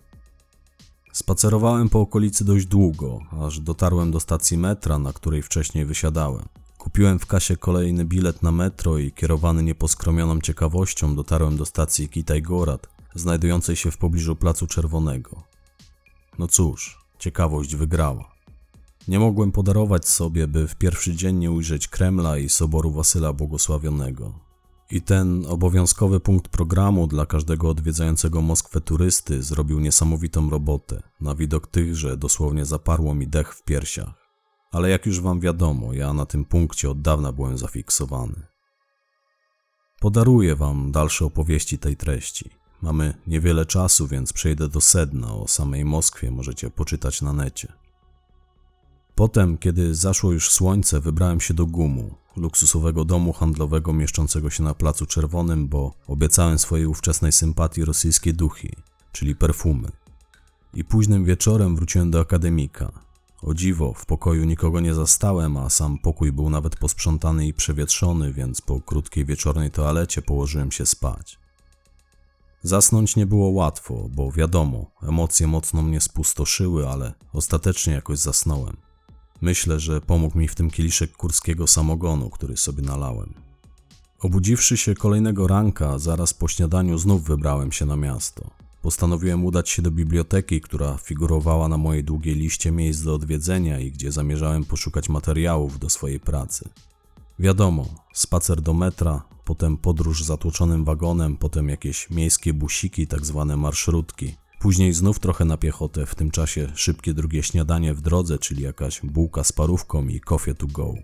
Spacerowałem po okolicy dość długo, aż dotarłem do stacji metra, na której wcześniej wysiadałem. Kupiłem w kasie kolejny bilet na metro i kierowany nieposkromioną ciekawością dotarłem do stacji Kitaj-Gorad, znajdującej się w pobliżu Placu Czerwonego. No cóż, ciekawość wygrała. Nie mogłem podarować sobie, by w pierwszy dzień nie ujrzeć Kremla i Soboru Wasyla Błogosławionego. I ten obowiązkowy punkt programu dla każdego odwiedzającego Moskwę turysty zrobił niesamowitą robotę. Na widok tych, że dosłownie zaparło mi dech w piersiach. Ale jak już wam wiadomo, ja na tym punkcie od dawna byłem zafiksowany. Podaruję wam dalsze opowieści tej treści. Mamy niewiele czasu, więc przejdę do sedna. O samej Moskwie możecie poczytać na necie. Potem, kiedy zaszło już słońce, wybrałem się do Gumu, luksusowego domu handlowego mieszczącego się na Placu Czerwonym, bo obiecałem swojej ówczesnej sympatii rosyjskie duchy, czyli perfumy. I późnym wieczorem wróciłem do akademika. O dziwo, w pokoju nikogo nie zastałem, a sam pokój był nawet posprzątany i przewietrzony, więc po krótkiej wieczornej toalecie położyłem się spać. Zasnąć nie było łatwo, bo wiadomo, emocje mocno mnie spustoszyły, ale ostatecznie jakoś zasnąłem. Myślę, że pomógł mi w tym kieliszek kurskiego samogonu, który sobie nalałem. Obudziwszy się kolejnego ranka, zaraz po śniadaniu znów wybrałem się na miasto. Postanowiłem udać się do biblioteki, która figurowała na mojej długiej liście miejsc do odwiedzenia i gdzie zamierzałem poszukać materiałów do swojej pracy. Wiadomo, spacer do metra, potem podróż zatłoczonym wagonem, potem jakieś miejskie busiki, tak zwane marszrutki. Później znów trochę na piechotę, w tym czasie szybkie drugie śniadanie w drodze, czyli jakaś bułka z parówką i coffee to go.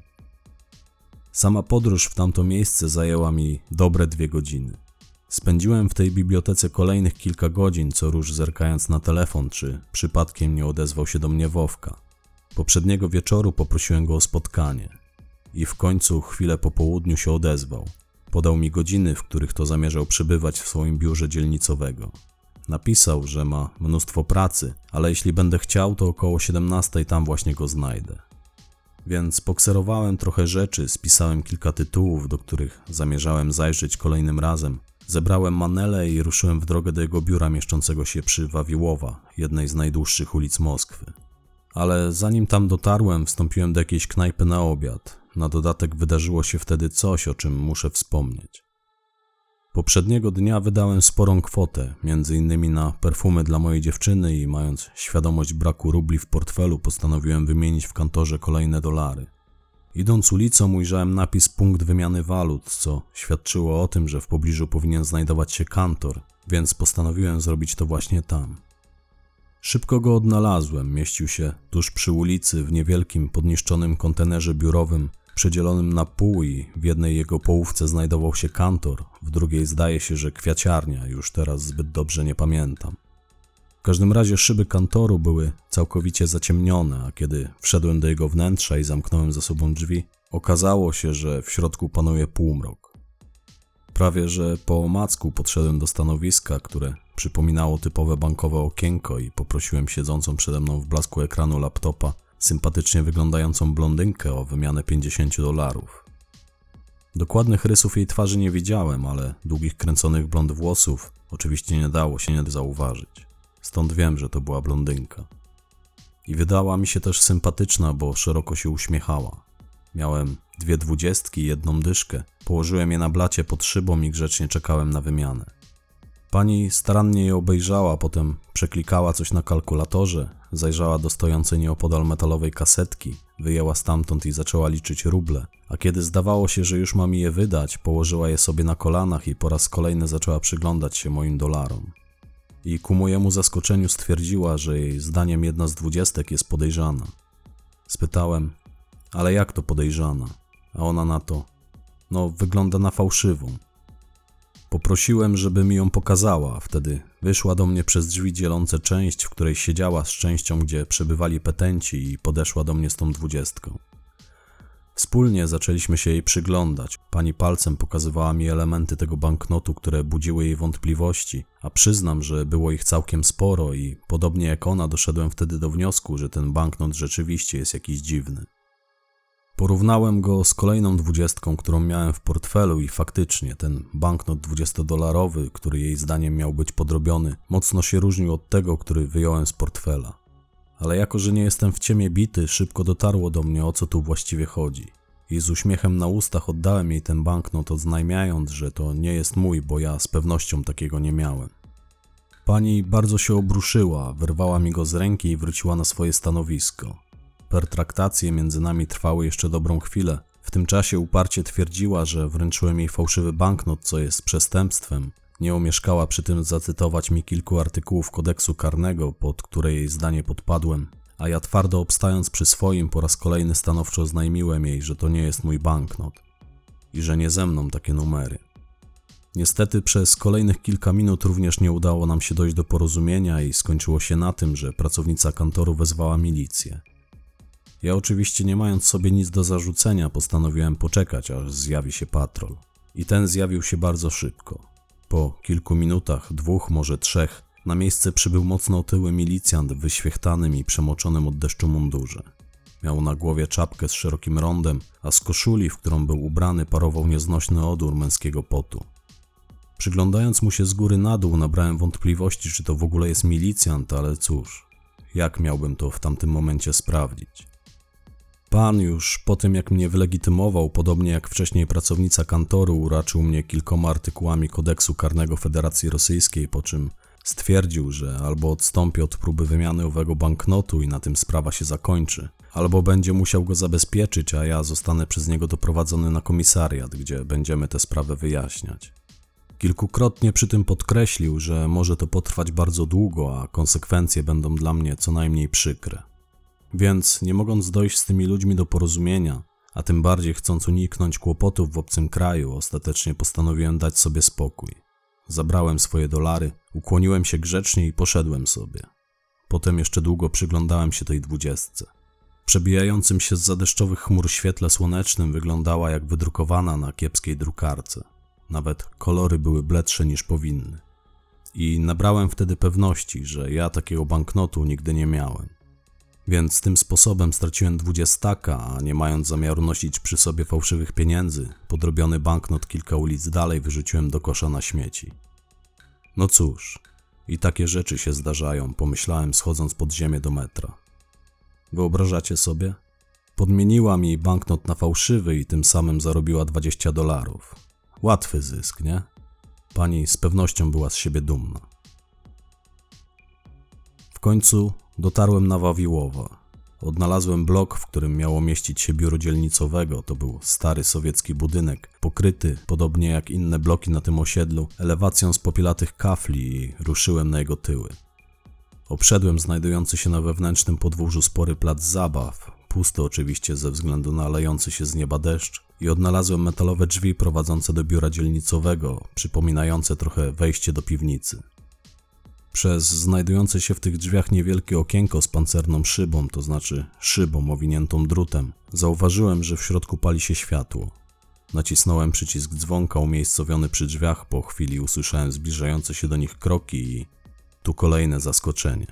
Sama podróż w tamto miejsce zajęła mi dobre dwie godziny. Spędziłem w tej bibliotece kolejnych kilka godzin, co róż zerkając na telefon, czy przypadkiem nie odezwał się do mnie Wowka. Poprzedniego wieczoru poprosiłem go o spotkanie i w końcu chwilę po południu się odezwał. Podał mi godziny, w których to zamierzał przebywać w swoim biurze dzielnicowego. Napisał, że ma mnóstwo pracy, ale jeśli będę chciał, to około siedemnastej tam właśnie go znajdę. Więc pokserowałem trochę rzeczy, spisałem kilka tytułów, do których zamierzałem zajrzeć kolejnym razem. Zebrałem manele i ruszyłem w drogę do jego biura mieszczącego się przy Wawiłowa, jednej z najdłuższych ulic Moskwy. Ale zanim tam dotarłem, wstąpiłem do jakiejś knajpy na obiad. Na dodatek wydarzyło się wtedy coś, o czym muszę wspomnieć. Poprzedniego dnia wydałem sporą kwotę, między innymi na perfumy dla mojej dziewczyny i mając świadomość braku rubli w portfelu, postanowiłem wymienić w kantorze kolejne dolary. Idąc ulicą ujrzałem napis punkt wymiany walut, co świadczyło o tym, że w pobliżu powinien znajdować się kantor, więc postanowiłem zrobić to właśnie tam. Szybko go odnalazłem, mieścił się tuż przy ulicy w niewielkim podniszczonym kontenerze biurowym, przedzielonym na pół i w jednej jego połówce znajdował się kantor, w drugiej zdaje się, że kwiaciarnia, już teraz zbyt dobrze nie pamiętam. W każdym razie szyby kantoru były całkowicie zaciemnione, a kiedy wszedłem do jego wnętrza i zamknąłem za sobą drzwi, okazało się, że w środku panuje półmrok. Prawie że po omacku podszedłem do stanowiska, które przypominało typowe bankowe okienko i poprosiłem siedzącą przede mną w blasku ekranu laptopa sympatycznie wyglądającą blondynkę o wymianę pięćdziesiąt dolarów. Dokładnych rysów jej twarzy nie widziałem, ale długich kręconych blond włosów oczywiście nie dało się nie zauważyć. Stąd wiem, że to była blondynka. I wydała mi się też sympatyczna, bo szeroko się uśmiechała. Miałem dwie dwudziestki i jedną dyszkę. Położyłem je na blacie pod szybą i grzecznie czekałem na wymianę. Pani starannie je obejrzała, potem przeklikała coś na kalkulatorze, zajrzała do stojącej nieopodal metalowej kasetki, wyjęła stamtąd i zaczęła liczyć ruble, a kiedy zdawało się, że już ma mi je wydać, położyła je sobie na kolanach i po raz kolejny zaczęła przyglądać się moim dolarom. I ku mojemu zaskoczeniu stwierdziła, że jej zdaniem jedna z dwudziestek jest podejrzana. Spytałem, ale jak to podejrzana? A ona na to, no wygląda na fałszywą. Poprosiłem, żeby mi ją pokazała, wtedy wyszła do mnie przez drzwi dzielące część, w której siedziała z częścią, gdzie przebywali petenci i podeszła do mnie z tą dwudziestką. Wspólnie zaczęliśmy się jej przyglądać. Pani palcem pokazywała mi elementy tego banknotu, które budziły jej wątpliwości, a przyznam, że było ich całkiem sporo i podobnie jak ona doszedłem wtedy do wniosku, że ten banknot rzeczywiście jest jakiś dziwny. Porównałem go z kolejną dwudziestką, którą miałem w portfelu i faktycznie ten banknot dwudziestodolarowy, który jej zdaniem miał być podrobiony, mocno się różnił od tego, który wyjąłem z portfela. Ale jako, że nie jestem w ciemię bity, szybko dotarło do mnie, o co tu właściwie chodzi. I z uśmiechem na ustach oddałem jej ten banknot, oznajmiając, że to nie jest mój, bo ja z pewnością takiego nie miałem. Pani bardzo się obruszyła, wyrwała mi go z ręki i wróciła na swoje stanowisko. Pertraktacje między nami trwały jeszcze dobrą chwilę. W tym czasie uparcie twierdziła, że wręczyłem jej fałszywy banknot, co jest przestępstwem. Nie omieszkała przy tym zacytować mi kilku artykułów kodeksu karnego, pod które jej zdanie podpadłem, a ja twardo obstając przy swoim po raz kolejny stanowczo oznajmiłem jej, że to nie jest mój banknot i że nie ze mną takie numery. Niestety przez kolejnych kilka minut również nie udało nam się dojść do porozumienia i skończyło się na tym, że pracownica kantoru wezwała milicję. Ja oczywiście, nie mając sobie nic do zarzucenia, postanowiłem poczekać, aż zjawi się patrol. I ten zjawił się bardzo szybko. Po kilku minutach, dwóch, może trzech, na miejsce przybył mocno otyły milicjant w wyświechtanym i przemoczonym od deszczu mundurze. Miał na głowie czapkę z szerokim rondem, a z koszuli, w którą był ubrany, parował nieznośny odór męskiego potu. Przyglądając mu się z góry na dół, nabrałem wątpliwości, czy to w ogóle jest milicjant, ale cóż, jak miałbym to w tamtym momencie sprawdzić? Pan już po tym, jak mnie wylegitymował, podobnie jak wcześniej pracownica kantoru, uraczył mnie kilkoma artykułami kodeksu karnego Federacji Rosyjskiej, po czym stwierdził, że albo odstąpi od próby wymiany owego banknotu i na tym sprawa się zakończy, albo będzie musiał go zabezpieczyć, a ja zostanę przez niego doprowadzony na komisariat, gdzie będziemy tę sprawę wyjaśniać. Kilkukrotnie przy tym podkreślił, że może to potrwać bardzo długo, a konsekwencje będą dla mnie co najmniej przykre. Więc nie mogąc dojść z tymi ludźmi do porozumienia, a tym bardziej chcąc uniknąć kłopotów w obcym kraju, ostatecznie postanowiłem dać sobie spokój. Zabrałem swoje dolary, ukłoniłem się grzecznie i poszedłem sobie. Potem jeszcze długo przyglądałem się tej dwudziestce. W przebijającym się zza deszczowych chmur świetle słonecznym wyglądała jak wydrukowana na kiepskiej drukarce. Nawet kolory były bledsze niż powinny. I nabrałem wtedy pewności, że ja takiego banknotu nigdy nie miałem. Więc tym sposobem straciłem dwudziestaka, a nie mając zamiaru nosić przy sobie fałszywych pieniędzy, podrobiony banknot kilka ulic dalej wyrzuciłem do kosza na śmieci. No cóż, i takie rzeczy się zdarzają, pomyślałem, schodząc pod ziemię do metra. Wyobrażacie sobie? Podmieniła mi banknot na fałszywy i tym samym zarobiła dwadzieścia dolarów. Łatwy zysk, nie? Pani z pewnością była z siebie dumna. W końcu dotarłem na Wawiłowa. Odnalazłem blok, w którym miało mieścić się biuro dzielnicowego. To był stary sowiecki budynek, pokryty, podobnie jak inne bloki na tym osiedlu, elewacją z popielatych kafli i ruszyłem na jego tyły. Obszedłem znajdujący się na wewnętrznym podwórzu spory plac zabaw, pusty oczywiście ze względu na lejący się z nieba deszcz, i odnalazłem metalowe drzwi prowadzące do biura dzielnicowego, przypominające trochę wejście do piwnicy. Przez znajdujące się w tych drzwiach niewielkie okienko z pancerną szybą, to znaczy szybą owiniętą drutem, zauważyłem, że w środku pali się światło. Nacisnąłem przycisk dzwonka umiejscowiony przy drzwiach, po chwili usłyszałem zbliżające się do nich kroki i tu kolejne zaskoczenie.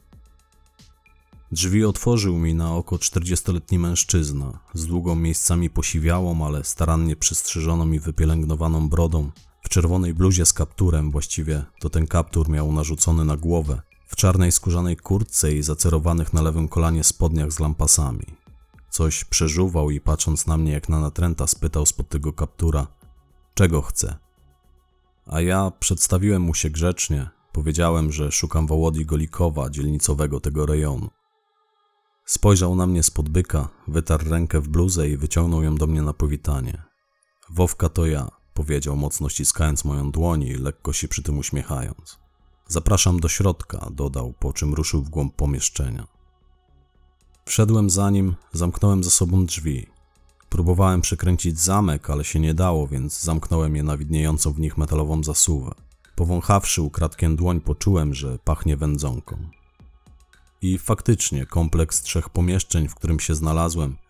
Drzwi otworzył mi na oko czterdziestoletni mężczyzna z długą, miejscami posiwiałą, ale starannie przystrzyżoną i wypielęgnowaną brodą, w czerwonej bluzie z kapturem, właściwie to ten kaptur miał narzucony na głowę, w czarnej skórzanej kurtce i zacerowanych na lewym kolanie spodniach z lampasami. Coś przeżuwał i patrząc na mnie jak na natręta, spytał spod tego kaptura: czego chce? A ja przedstawiłem mu się grzecznie, powiedziałem, że szukam Wołodzi Golikowa, dzielnicowego tego rejonu. Spojrzał na mnie spod byka, wytarł rękę w bluzę i wyciągnął ją do mnie na powitanie. Wowka to ja, powiedział, mocno ściskając moją dłoń i lekko się przy tym uśmiechając. Zapraszam do środka, dodał, po czym ruszył w głąb pomieszczenia. Wszedłem za nim, zamknąłem za sobą drzwi. Próbowałem przykręcić zamek, ale się nie dało, więc zamknąłem je na widniejącą w nich metalową zasuwę. Powąchawszy ukradkiem dłoń, poczułem, że pachnie wędzonką. I faktycznie kompleks trzech pomieszczeń, w którym się znalazłem,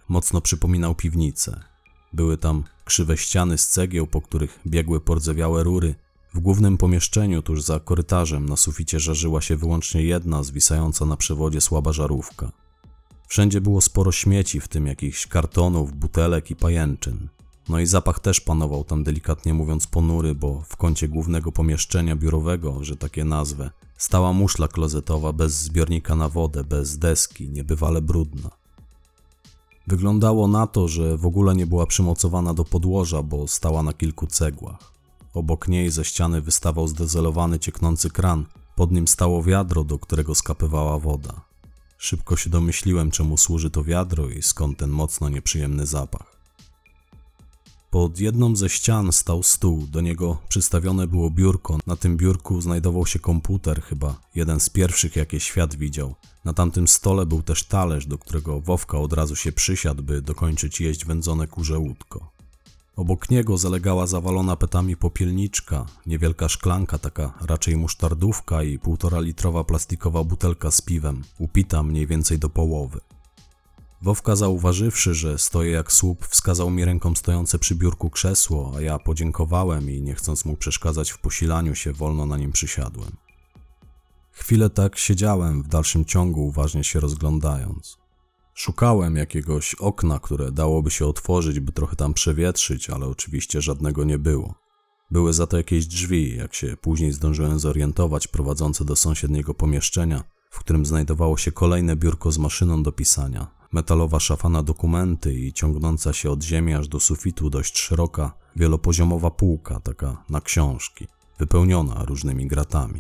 mocno przypominał piwnicę. Były tam krzywe ściany z cegieł, po których biegły pordzewiałe rury. W głównym pomieszczeniu, tuż za korytarzem, na suficie żarzyła się wyłącznie jedna, zwisająca na przewodzie słaba żarówka. Wszędzie było sporo śmieci, w tym jakichś kartonów, butelek i pajęczyn. No i zapach też panował tam, delikatnie mówiąc, ponury, bo w kącie głównego pomieszczenia biurowego, że takie nazwę, stała muszla klozetowa bez zbiornika na wodę, bez deski, niebywale brudna. Wyglądało na to, że w ogóle nie była przymocowana do podłoża, bo stała na kilku cegłach. Obok niej ze ściany wystawał zdezelowany, cieknący kran. Pod nim stało wiadro, do którego skapywała woda. Szybko się domyśliłem, czemu służy to wiadro i skąd ten mocno nieprzyjemny zapach. Pod jedną ze ścian stał stół, do niego przystawione było biurko. Na tym biurku znajdował się komputer, chyba jeden z pierwszych, jakie świat widział. Na tamtym stole był też talerz, do którego Wowka od razu się przysiadł, by dokończyć jeść wędzone kurze łódko. Obok niego zalegała zawalona petami popielniczka, niewielka szklanka, taka raczej musztardówka i półtora litrowa plastikowa butelka z piwem, upita mniej więcej do połowy. Wowka, zauważywszy, że stoję jak słup, wskazał mi ręką stojące przy biurku krzesło, a ja podziękowałem i nie chcąc mu przeszkadzać w posilaniu się, wolno na nim przysiadłem. Chwilę tak siedziałem, w dalszym ciągu uważnie się rozglądając. Szukałem jakiegoś okna, które dałoby się otworzyć, by trochę tam przewietrzyć, ale oczywiście żadnego nie było. Były za to jakieś drzwi, jak się później zdążyłem zorientować, prowadzące do sąsiedniego pomieszczenia, w którym znajdowało się kolejne biurko z maszyną do pisania, metalowa szafa na dokumenty i ciągnąca się od ziemi aż do sufitu dość szeroka, wielopoziomowa półka, taka na książki, wypełniona różnymi gratami.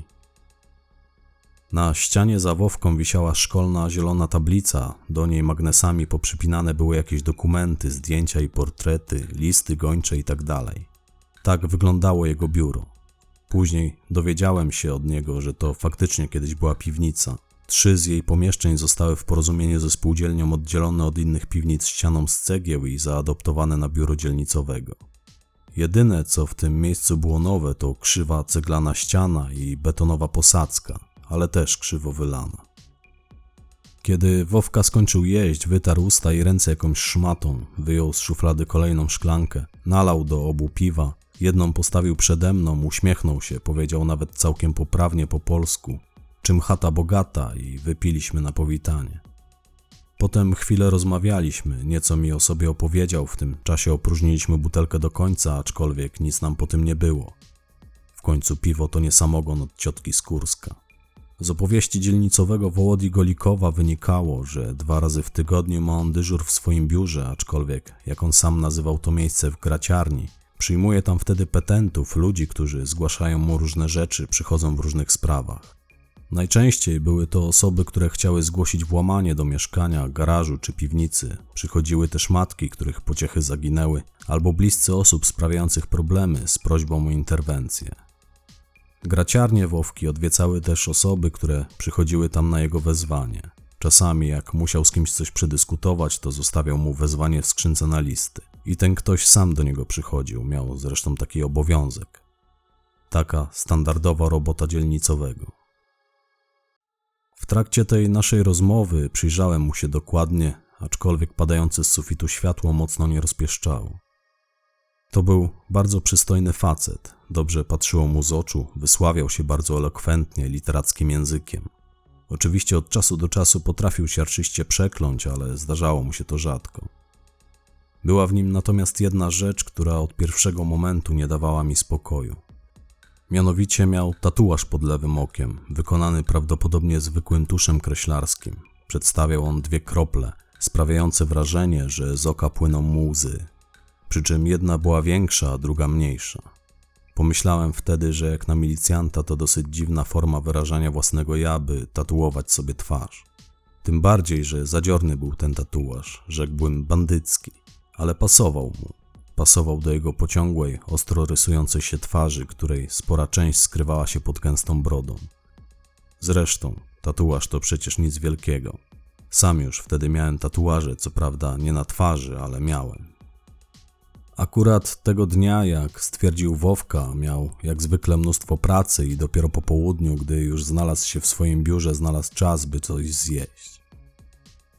Na ścianie za Wowką wisiała szkolna zielona tablica, do niej magnesami poprzypinane były jakieś dokumenty, zdjęcia i portrety, listy gończe itd. Tak wyglądało jego biuro. Później dowiedziałem się od niego, że to faktycznie kiedyś była piwnica. Trzy z jej pomieszczeń zostały w porozumieniu ze spółdzielnią oddzielone od innych piwnic ścianą z cegieł i zaadoptowane na biuro dzielnicowego. Jedyne, co w tym miejscu było nowe, to krzywa ceglana ściana i betonowa posadzka, ale też krzywo wylana. Kiedy Wowka skończył jeść, wytarł usta i ręce jakąś szmatą, wyjął z szuflady kolejną szklankę, nalał do obu piwa, jedną postawił przede mną, uśmiechnął się, powiedział nawet całkiem poprawnie po polsku, czym chata bogata, i wypiliśmy na powitanie. Potem chwilę rozmawialiśmy, nieco mi o sobie opowiedział, w tym czasie opróżniliśmy butelkę do końca, aczkolwiek nic nam po tym nie było. W końcu piwo to nie samogon od ciotki z Kurska. Z opowieści dzielnicowego Wołodzi Golikowa wynikało, że dwa razy w tygodniu ma on dyżur w swoim biurze, aczkolwiek, jak on sam nazywał to miejsce, w graciarni, przyjmuje tam wtedy petentów, ludzi, którzy zgłaszają mu różne rzeczy, przychodzą w różnych sprawach. Najczęściej były to osoby, które chciały zgłosić włamanie do mieszkania, garażu czy piwnicy. Przychodziły też matki, których pociechy zaginęły, albo bliscy osób sprawiających problemy z prośbą o interwencję. Graciarnie Wowki odwiedzały też osoby, które przychodziły tam na jego wezwanie. Czasami, jak musiał z kimś coś przedyskutować, to zostawiał mu wezwanie w skrzynce na listy. I ten ktoś sam do niego przychodził, miał zresztą taki obowiązek. Taka standardowa robota dzielnicowego. W trakcie tej naszej rozmowy przyjrzałem mu się dokładnie, aczkolwiek padające z sufitu światło mocno nie rozpieszczało. To był bardzo przystojny facet, dobrze patrzyło mu z oczu, wysławiał się bardzo elokwentnie, literackim językiem. Oczywiście od czasu do czasu potrafił siarczyście przekląć, ale zdarzało mu się to rzadko. Była w nim natomiast jedna rzecz, która od pierwszego momentu nie dawała mi spokoju. Mianowicie miał tatuaż pod lewym okiem, wykonany prawdopodobnie zwykłym tuszem kreślarskim. Przedstawiał on dwie krople, sprawiające wrażenie, że z oka płyną mu łzy. Przy czym jedna była większa, a druga mniejsza. Pomyślałem wtedy, że jak na milicjanta to dosyć dziwna forma wyrażania własnego ja, by tatuować sobie twarz. Tym bardziej, że zadziorny był ten tatuaż, rzekłbym bandycki, ale pasował mu. Pasował do jego pociągłej, ostro rysującej się twarzy, której spora część skrywała się pod gęstą brodą. Zresztą, tatuaż to przecież nic wielkiego. Sam już wtedy miałem tatuaże, co prawda nie na twarzy, ale miałem. Akurat tego dnia, jak stwierdził Wowka, miał jak zwykle mnóstwo pracy i dopiero po południu, gdy już znalazł się w swoim biurze, znalazł czas, by coś zjeść.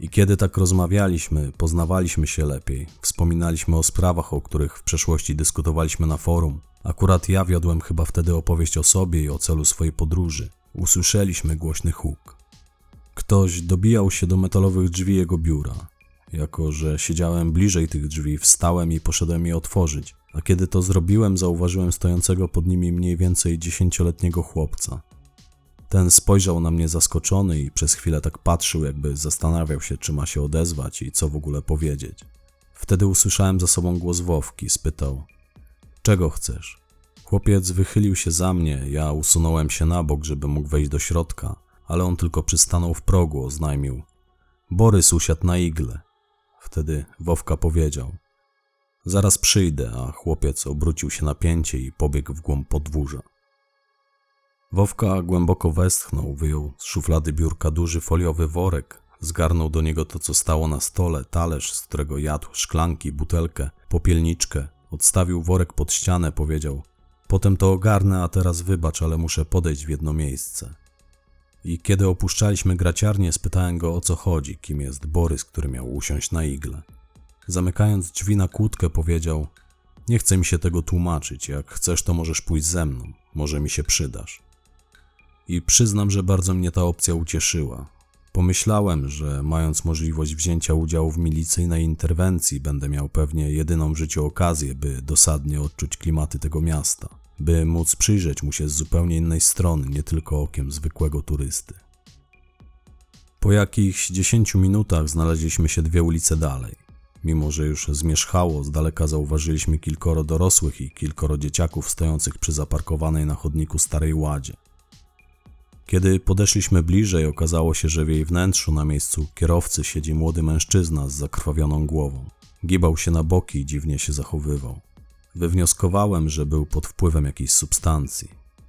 I kiedy tak rozmawialiśmy, poznawaliśmy się lepiej, wspominaliśmy o sprawach, o których w przeszłości dyskutowaliśmy na forum. Akurat ja wiodłem chyba wtedy opowieść o sobie i o celu swojej podróży. Usłyszeliśmy głośny huk. Ktoś dobijał się do metalowych drzwi jego biura. Jako że siedziałem bliżej tych drzwi, wstałem i poszedłem je otworzyć, a kiedy to zrobiłem, zauważyłem stojącego pod nimi mniej więcej dziesięcioletniego chłopca. Ten spojrzał na mnie zaskoczony i przez chwilę tak patrzył, jakby zastanawiał się, czy ma się odezwać i co w ogóle powiedzieć. Wtedy usłyszałem za sobą głos Wowki, spytał: czego chcesz? Chłopiec wychylił się za mnie, ja usunąłem się na bok, żeby mógł wejść do środka, ale on tylko przystanął w progu, oznajmił: Borys usiadł na igle. Wtedy Wowka powiedział: zaraz przyjdę, a chłopiec obrócił się na pięcie i pobiegł w głąb podwórza. Wowka głęboko westchnął, wyjął z szuflady biurka duży foliowy worek, zgarnął do niego to, co stało na stole, talerz, z którego jadł, szklanki, butelkę, popielniczkę, odstawił worek pod ścianę, powiedział: potem to ogarnę, a teraz wybacz, ale muszę podejść w jedno miejsce. I kiedy opuszczaliśmy graciarnię, spytałem go, o co chodzi, kim jest Borys, który miał usiąść na igle. Zamykając drzwi na kłódkę, powiedział: nie chcę mi się tego tłumaczyć, jak chcesz, to możesz pójść ze mną, może mi się przydasz. I przyznam, że bardzo mnie ta opcja ucieszyła. Pomyślałem, że mając możliwość wzięcia udziału w milicyjnej interwencji, będę miał pewnie jedyną w życiu okazję, by dosadnie odczuć klimaty tego miasta, by móc przyjrzeć mu się z zupełnie innej strony, nie tylko okiem zwykłego turysty. Po jakichś dziesięciu minutach znaleźliśmy się dwie ulice dalej. Mimo że już zmierzchało, z daleka zauważyliśmy kilkoro dorosłych i kilkoro dzieciaków stojących przy zaparkowanej na chodniku starej ładzie. Kiedy podeszliśmy bliżej, okazało się, że w jej wnętrzu na miejscu kierowcy siedzi młody mężczyzna z zakrwawioną głową. Gibał się na boki i dziwnie się zachowywał. Wywnioskowałem, że był pod wpływem jakiejś substancji.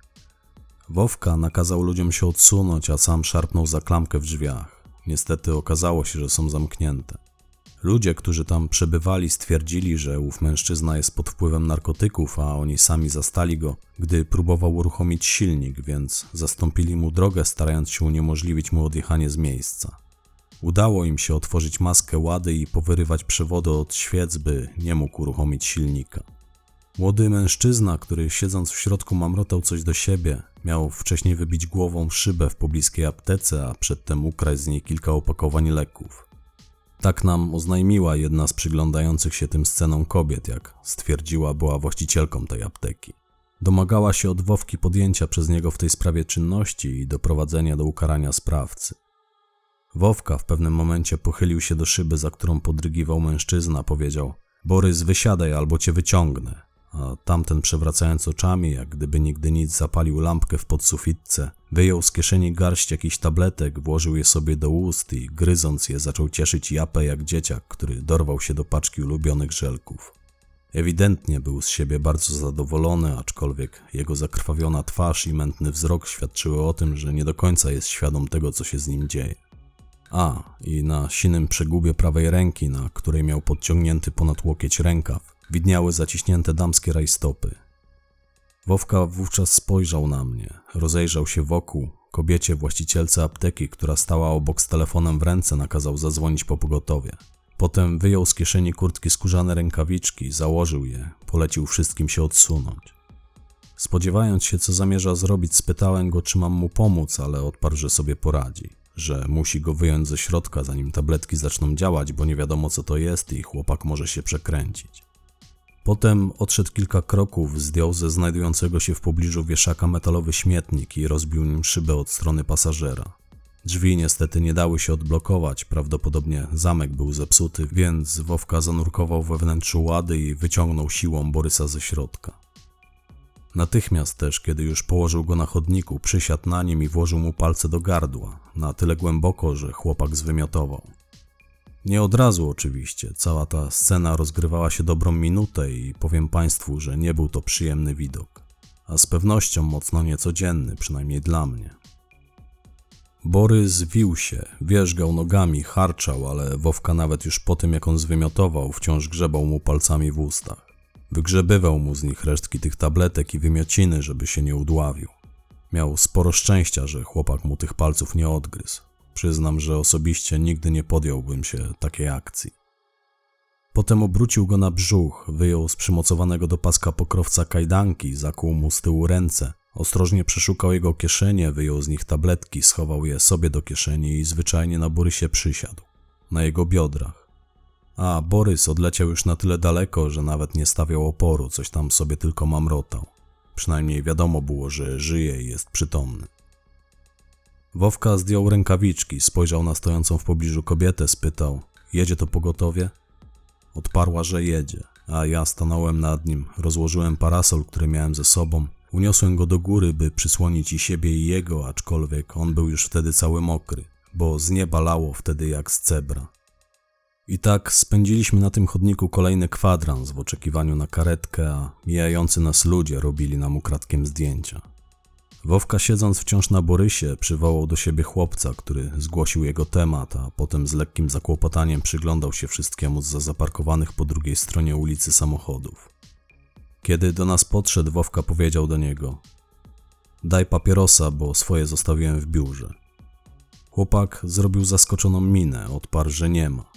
Wowka nakazał ludziom się odsunąć, a sam szarpnął za klamkę w drzwiach. Niestety okazało się, że są zamknięte. Ludzie, którzy tam przebywali, stwierdzili, że ów mężczyzna jest pod wpływem narkotyków, a oni sami zastali go, gdy próbował uruchomić silnik, więc zastąpili mu drogę, starając się uniemożliwić mu odjechanie z miejsca. Udało im się otworzyć maskę łady i powyrywać przewody od świec, by nie mógł uruchomić silnika. Młody mężczyzna, który siedząc w środku mamrotał coś do siebie, miał wcześniej wybić głową szybę w pobliskiej aptece, a przedtem ukraść z niej kilka opakowań leków. Tak nam oznajmiła jedna z przyglądających się tym scenom kobiet, jak stwierdziła, była właścicielką tej apteki. Domagała się od Wowki podjęcia przez niego w tej sprawie czynności i doprowadzenia do ukarania sprawcy. Wowka w pewnym momencie pochylił się do szyby, za którą podrygiwał mężczyzna, powiedział: Borys, wysiadaj, albo cię wyciągnę. A tamten, przewracając oczami, jak gdyby nigdy nic, zapalił lampkę w podsufitce, wyjął z kieszeni garść jakichś tabletek, włożył je sobie do ust i gryząc je zaczął cieszyć japę jak dzieciak, który dorwał się do paczki ulubionych żelków. Ewidentnie był z siebie bardzo zadowolony, aczkolwiek jego zakrwawiona twarz i mętny wzrok świadczyły o tym, że nie do końca jest świadom tego, co się z nim dzieje. A, i na sinym przegubie prawej ręki, na której miał podciągnięty ponad łokieć rękaw, widniały zaciśnięte damskie rajstopy. Wowka wówczas spojrzał na mnie, rozejrzał się wokół. Kobiecie, właścicielce apteki, która stała obok z telefonem w ręce, nakazał zadzwonić po pogotowie. Potem wyjął z kieszeni kurtki skórzane rękawiczki, założył je, polecił wszystkim się odsunąć. Spodziewając się, co zamierza zrobić, spytałem go, czy mam mu pomóc, ale odparł, że sobie poradzi, że musi go wyjąć ze środka, zanim tabletki zaczną działać, bo nie wiadomo, co to jest i chłopak może się przekręcić. Potem odszedł kilka kroków, zdjął ze znajdującego się w pobliżu wieszaka metalowy śmietnik i rozbił nim szybę od strony pasażera. Drzwi niestety nie dały się odblokować, prawdopodobnie zamek był zepsuty, więc Wowka zanurkował we wnętrzu łady i wyciągnął siłą Borysa ze środka. Natychmiast też, kiedy już położył go na chodniku, przysiadł na nim i włożył mu palce do gardła, na tyle głęboko, że chłopak zwymiotował. Nie od razu oczywiście, cała ta scena rozgrywała się dobrą minutę i powiem Państwu, że nie był to przyjemny widok, a z pewnością mocno niecodzienny, przynajmniej dla mnie. Borys wił się, wierzgał nogami, harczał, ale Wowka nawet już po tym, jak on zwymiotował, wciąż grzebał mu palcami w ustach. Wygrzebywał mu z nich resztki tych tabletek i wymiociny, żeby się nie udławił. Miał sporo szczęścia, że chłopak mu tych palców nie odgryzł. Przyznam, że osobiście nigdy nie podjąłbym się takiej akcji. Potem obrócił go na brzuch, wyjął z przymocowanego do paska pokrowca kajdanki, zakuł mu z tyłu ręce, ostrożnie przeszukał jego kieszenie, wyjął z nich tabletki, schował je sobie do kieszeni i zwyczajnie na Borysie przysiadł, na jego biodrach. A Borys odleciał już na tyle daleko, że nawet nie stawiał oporu, coś tam sobie tylko mamrotał. Przynajmniej wiadomo było, że żyje i jest przytomny. Wowka zdjął rękawiczki, spojrzał na stojącą w pobliżu kobietę, spytał: jedzie to pogotowie? Odparła, że jedzie, a ja stanąłem nad nim, rozłożyłem parasol, który miałem ze sobą, uniosłem go do góry, by przysłonić i siebie i jego, aczkolwiek on był już wtedy cały mokry, bo z nieba lało wtedy jak z cebra. I tak spędziliśmy na tym chodniku kolejny kwadrans w oczekiwaniu na karetkę, a mijający nas ludzie robili nam ukradkiem zdjęcia. Wowka, siedząc wciąż na Borysie, przywołał do siebie chłopca, który zgłosił jego temat, a potem z lekkim zakłopotaniem przyglądał się wszystkiemu zza zaparkowanych po drugiej stronie ulicy samochodów. Kiedy do nas podszedł, Wowka powiedział do niego: daj papierosa, bo swoje zostawiłem w biurze. Chłopak zrobił zaskoczoną minę, odparł, że nie ma.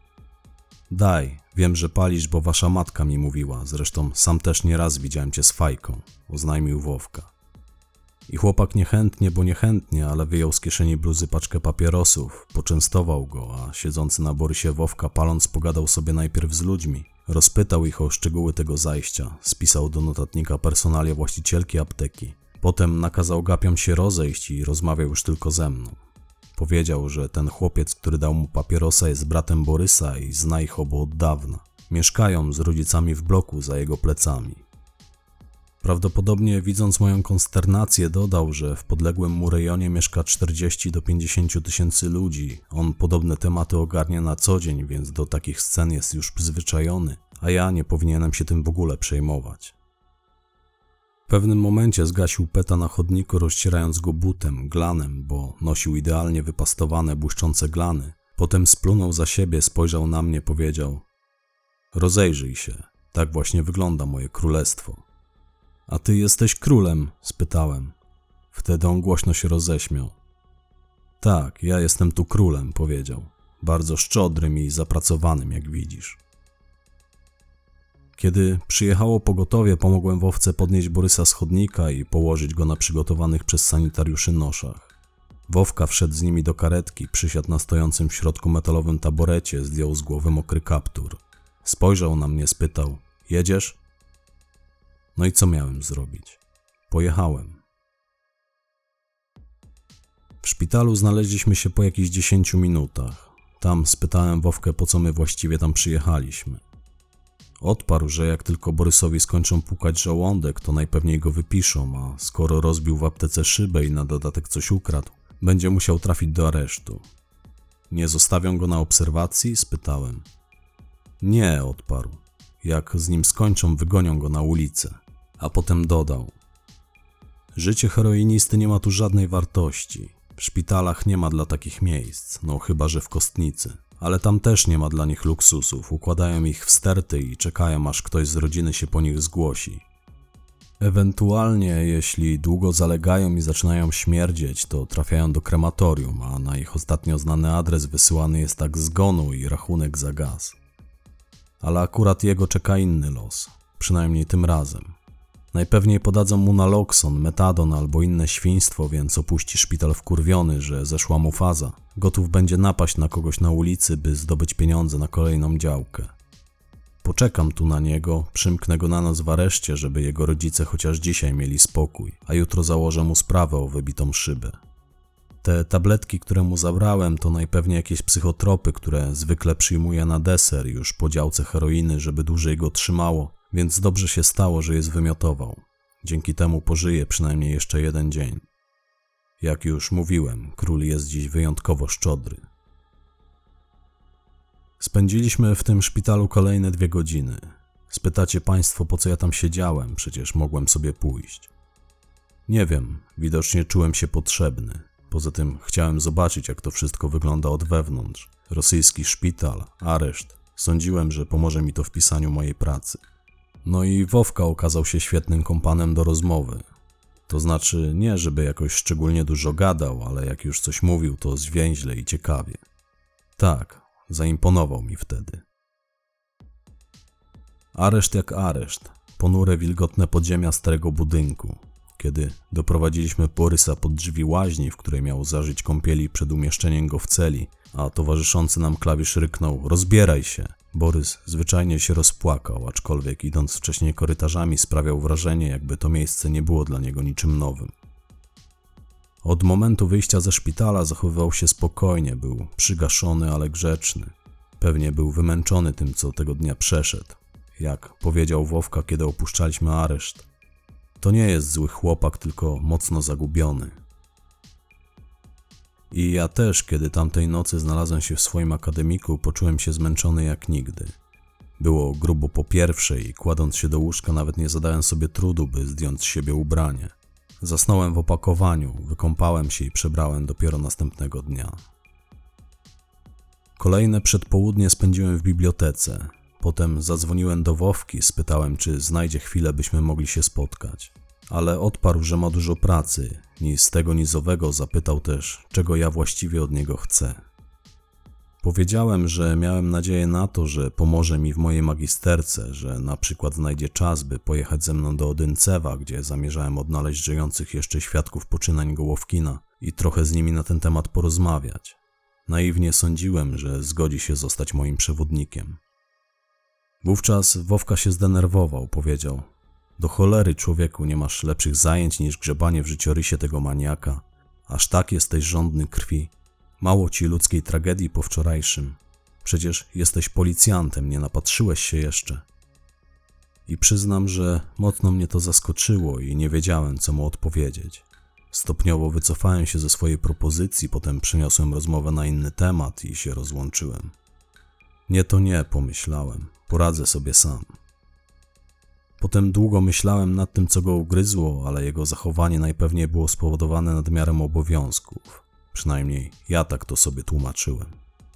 Daj, wiem, że palisz, bo wasza matka mi mówiła, zresztą sam też nieraz widziałem cię z fajką, oznajmił Wowka. I chłopak niechętnie, bo niechętnie, ale wyjął z kieszeni bluzy paczkę papierosów, poczęstował go, a siedzący na Borysie Wowka, paląc, pogadał sobie najpierw z ludźmi, rozpytał ich o szczegóły tego zajścia, spisał do notatnika personalia właścicielki apteki, potem nakazał gapiom się rozejść i rozmawiał już tylko ze mną. Powiedział, że ten chłopiec, który dał mu papierosa, jest bratem Borysa i zna ich obu od dawna. Mieszkają z rodzicami w bloku za jego plecami. Prawdopodobnie, widząc moją konsternację, dodał, że w podległym mu rejonie mieszka czterdzieści do pięćdziesięciu tysięcy ludzi. On podobne tematy ogarnia na co dzień, więc do takich scen jest już przyzwyczajony, a ja nie powinienem się tym w ogóle przejmować. W pewnym momencie zgasił peta na chodniku, rozcierając go butem, glanem, bo nosił idealnie wypastowane, błyszczące glany. Potem splunął za siebie, spojrzał na mnie, powiedział: rozejrzyj się, tak właśnie wygląda moje królestwo. A ty jesteś królem? Spytałem. Wtedy on głośno się roześmiał. Tak, ja jestem tu królem, powiedział. Bardzo szczodrym i zapracowanym, jak widzisz. Kiedy przyjechało pogotowie, pomogłem Wowce podnieść Borysa z chodnika i położyć go na przygotowanych przez sanitariuszy noszach. Wowka wszedł z nimi do karetki, przysiadł na stojącym w środku metalowym taborecie, zdjął z głowy mokry kaptur. Spojrzał na mnie, spytał: jedziesz? No i co miałem zrobić? Pojechałem. W szpitalu znaleźliśmy się po jakichś dziesięciu minutach. Tam spytałem Wowkę, po co my właściwie tam przyjechaliśmy. Odparł, że jak tylko Borysowi skończą pukać żołądek, to najpewniej go wypiszą, a skoro rozbił w aptece szybę i na dodatek coś ukradł, będzie musiał trafić do aresztu. Nie zostawią go na obserwacji? Spytałem. Nie, odparł. Jak z nim skończą, wygonią go na ulicę. A potem dodał: życie heroinisty nie ma tu żadnej wartości. W szpitalach nie ma dla takich miejsc, no chyba że w Kostnicy. Ale tam też nie ma dla nich luksusów, układają ich w sterty i czekają, aż ktoś z rodziny się po nich zgłosi. Ewentualnie, jeśli długo zalegają i zaczynają śmierdzieć, to trafiają do krematorium, a na ich ostatnio znany adres wysyłany jest akt zgonu i rachunek za gaz. Ale akurat jego czeka inny los, przynajmniej tym razem. Najpewniej podadzą mu naloxon, metadon albo inne świństwo, więc opuści szpital wkurwiony, że zeszła mu faza. Gotów będzie napaść na kogoś na ulicy, by zdobyć pieniądze na kolejną działkę. Poczekam tu na niego, przymknę go na noc w areszcie, żeby jego rodzice chociaż dzisiaj mieli spokój, a jutro założę mu sprawę o wybitą szybę. Te tabletki, które mu zabrałem, to najpewniej jakieś psychotropy, które zwykle przyjmuje na deser już po działce heroiny, żeby dłużej go trzymało, więc dobrze się stało, że je zwymiotował. Dzięki temu pożyje przynajmniej jeszcze jeden dzień. Jak już mówiłem, król jest dziś wyjątkowo szczodry. Spędziliśmy w tym szpitalu kolejne dwie godziny. Spytacie państwo, po co ja tam siedziałem, przecież mogłem sobie pójść. Nie wiem, widocznie czułem się potrzebny. Poza tym chciałem zobaczyć, jak to wszystko wygląda od wewnątrz. Rosyjski szpital, areszt. Sądziłem, że pomoże mi to w pisaniu mojej pracy. No i Wowka okazał się świetnym kompanem do rozmowy. To znaczy nie, żeby jakoś szczególnie dużo gadał, ale jak już coś mówił, to zwięźle i ciekawie. Tak, zaimponował mi wtedy. Areszt jak areszt, ponure, wilgotne podziemia starego budynku. Kiedy doprowadziliśmy Borysa pod drzwi łaźni, w której miał zażyć kąpieli przed umieszczeniem go w celi, a towarzyszący nam klawisz ryknął: rozbieraj się! Borys zwyczajnie się rozpłakał, aczkolwiek idąc wcześniej korytarzami sprawiał wrażenie, jakby to miejsce nie było dla niego niczym nowym. Od momentu wyjścia ze szpitala zachowywał się spokojnie, był przygaszony, ale grzeczny. Pewnie był wymęczony tym, co tego dnia przeszedł. Jak powiedział Wowka, kiedy opuszczaliśmy areszt: to nie jest zły chłopak, tylko mocno zagubiony. I ja też, kiedy tamtej nocy znalazłem się w swoim akademiku, poczułem się zmęczony jak nigdy. Było grubo po pierwszej i kładąc się do łóżka nawet nie zadałem sobie trudu, by zdjąć z siebie ubranie. Zasnąłem w opakowaniu, wykąpałem się i przebrałem dopiero następnego dnia. Kolejne przedpołudnie spędziłem w bibliotece. Potem zadzwoniłem do Wowki, spytałem, czy znajdzie chwilę, byśmy mogli się spotkać. Ale odparł, że ma dużo pracy. Ni z tego, ni z owego zapytał też, czego ja właściwie od niego chcę. Powiedziałem, że miałem nadzieję na to, że pomoże mi w mojej magisterce, że na przykład znajdzie czas, by pojechać ze mną do Odyncewa, gdzie zamierzałem odnaleźć żyjących jeszcze świadków poczynań Gołowkina i trochę z nimi na ten temat porozmawiać. Naiwnie sądziłem, że zgodzi się zostać moim przewodnikiem. Wówczas Wowka się zdenerwował, powiedział: do cholery, człowieku, nie masz lepszych zajęć niż grzebanie w życiorysie tego maniaka. Aż tak jesteś żądny krwi. Mało ci ludzkiej tragedii po wczorajszym. Przecież jesteś policjantem, nie napatrzyłeś się jeszcze. I przyznam, że mocno mnie to zaskoczyło i nie wiedziałem, co mu odpowiedzieć. Stopniowo wycofałem się ze swojej propozycji, potem przeniosłem rozmowę na inny temat i się rozłączyłem. Nie to nie, pomyślałem. Poradzę sobie sam. Potem długo myślałem nad tym, co go ugryzło, ale jego zachowanie najpewniej było spowodowane nadmiarem obowiązków. Przynajmniej ja tak to sobie tłumaczyłem.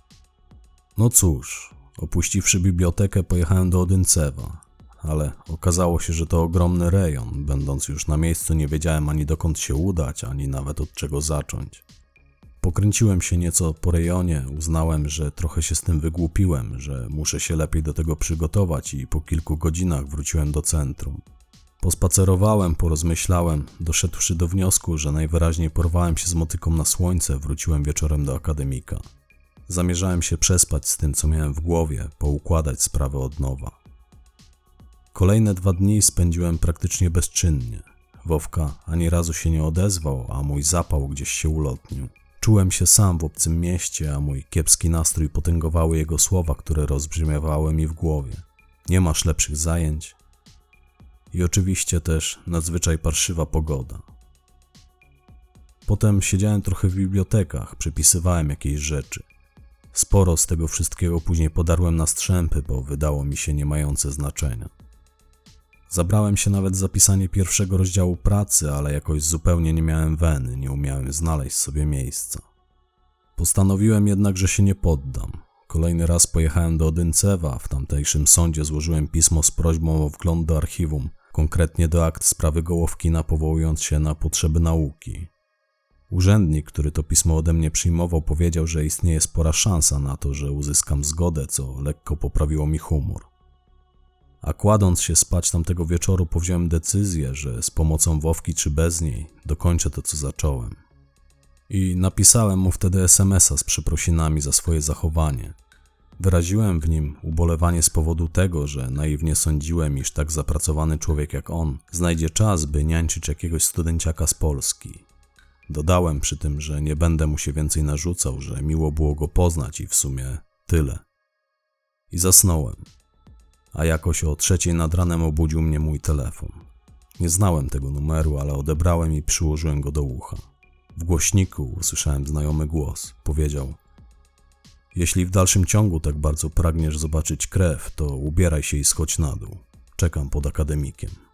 No cóż, opuściwszy bibliotekę, pojechałem do Odyncewa, ale okazało się, że to ogromny rejon. Będąc już na miejscu, nie wiedziałem ani dokąd się udać, ani nawet od czego zacząć. Pokręciłem się nieco po rejonie, uznałem, że trochę się z tym wygłupiłem, że muszę się lepiej do tego przygotować i po kilku godzinach wróciłem do centrum. Pospacerowałem, porozmyślałem, doszedłszy do wniosku, że najwyraźniej porwałem się z motyką na słońce, wróciłem wieczorem do akademika. Zamierzałem się przespać z tym, co miałem w głowie, poukładać sprawę od nowa. Kolejne dwa dni spędziłem praktycznie bezczynnie. Wowka ani razu się nie odezwał, a mój zapał gdzieś się ulotnił. Czułem się sam w obcym mieście, a mój kiepski nastrój potęgowały jego słowa, które rozbrzmiewały mi w głowie. Nie masz lepszych zajęć. I oczywiście też nadzwyczaj parszywa pogoda. Potem siedziałem trochę w bibliotekach, przepisywałem jakieś rzeczy. Sporo z tego wszystkiego później podarłem na strzępy, bo wydało mi się nie mające znaczenia. Zabrałem się nawet za pisanie pierwszego rozdziału pracy, ale jakoś zupełnie nie miałem weny, nie umiałem znaleźć sobie miejsca. Postanowiłem jednak, że się nie poddam. Kolejny raz pojechałem do Odyncewa, w tamtejszym sądzie złożyłem pismo z prośbą o wgląd do archiwum, konkretnie do akt sprawy Gołowkina, powołując się na potrzeby nauki. Urzędnik, który to pismo ode mnie przyjmował, powiedział, że istnieje spora szansa na to, że uzyskam zgodę, co lekko poprawiło mi humor. A kładąc się spać tamtego wieczoru, powziąłem decyzję, że z pomocą Wowki czy bez niej dokończę to, co zacząłem. I napisałem mu wtedy es em es a z przeprosinami za swoje zachowanie. Wyraziłem w nim ubolewanie z powodu tego, że naiwnie sądziłem, iż tak zapracowany człowiek jak on znajdzie czas, by niańczyć jakiegoś studenciaka z Polski. Dodałem przy tym, że nie będę mu się więcej narzucał, że miło było go poznać i w sumie tyle. I zasnąłem. A jakoś o trzeciej nad ranem obudził mnie mój telefon. Nie znałem tego numeru, ale odebrałem i przyłożyłem go do ucha. W głośniku usłyszałem znajomy głos. Powiedział: jeśli w dalszym ciągu tak bardzo pragniesz zobaczyć krew, to ubieraj się i schodź na dół. Czekam pod akademikiem.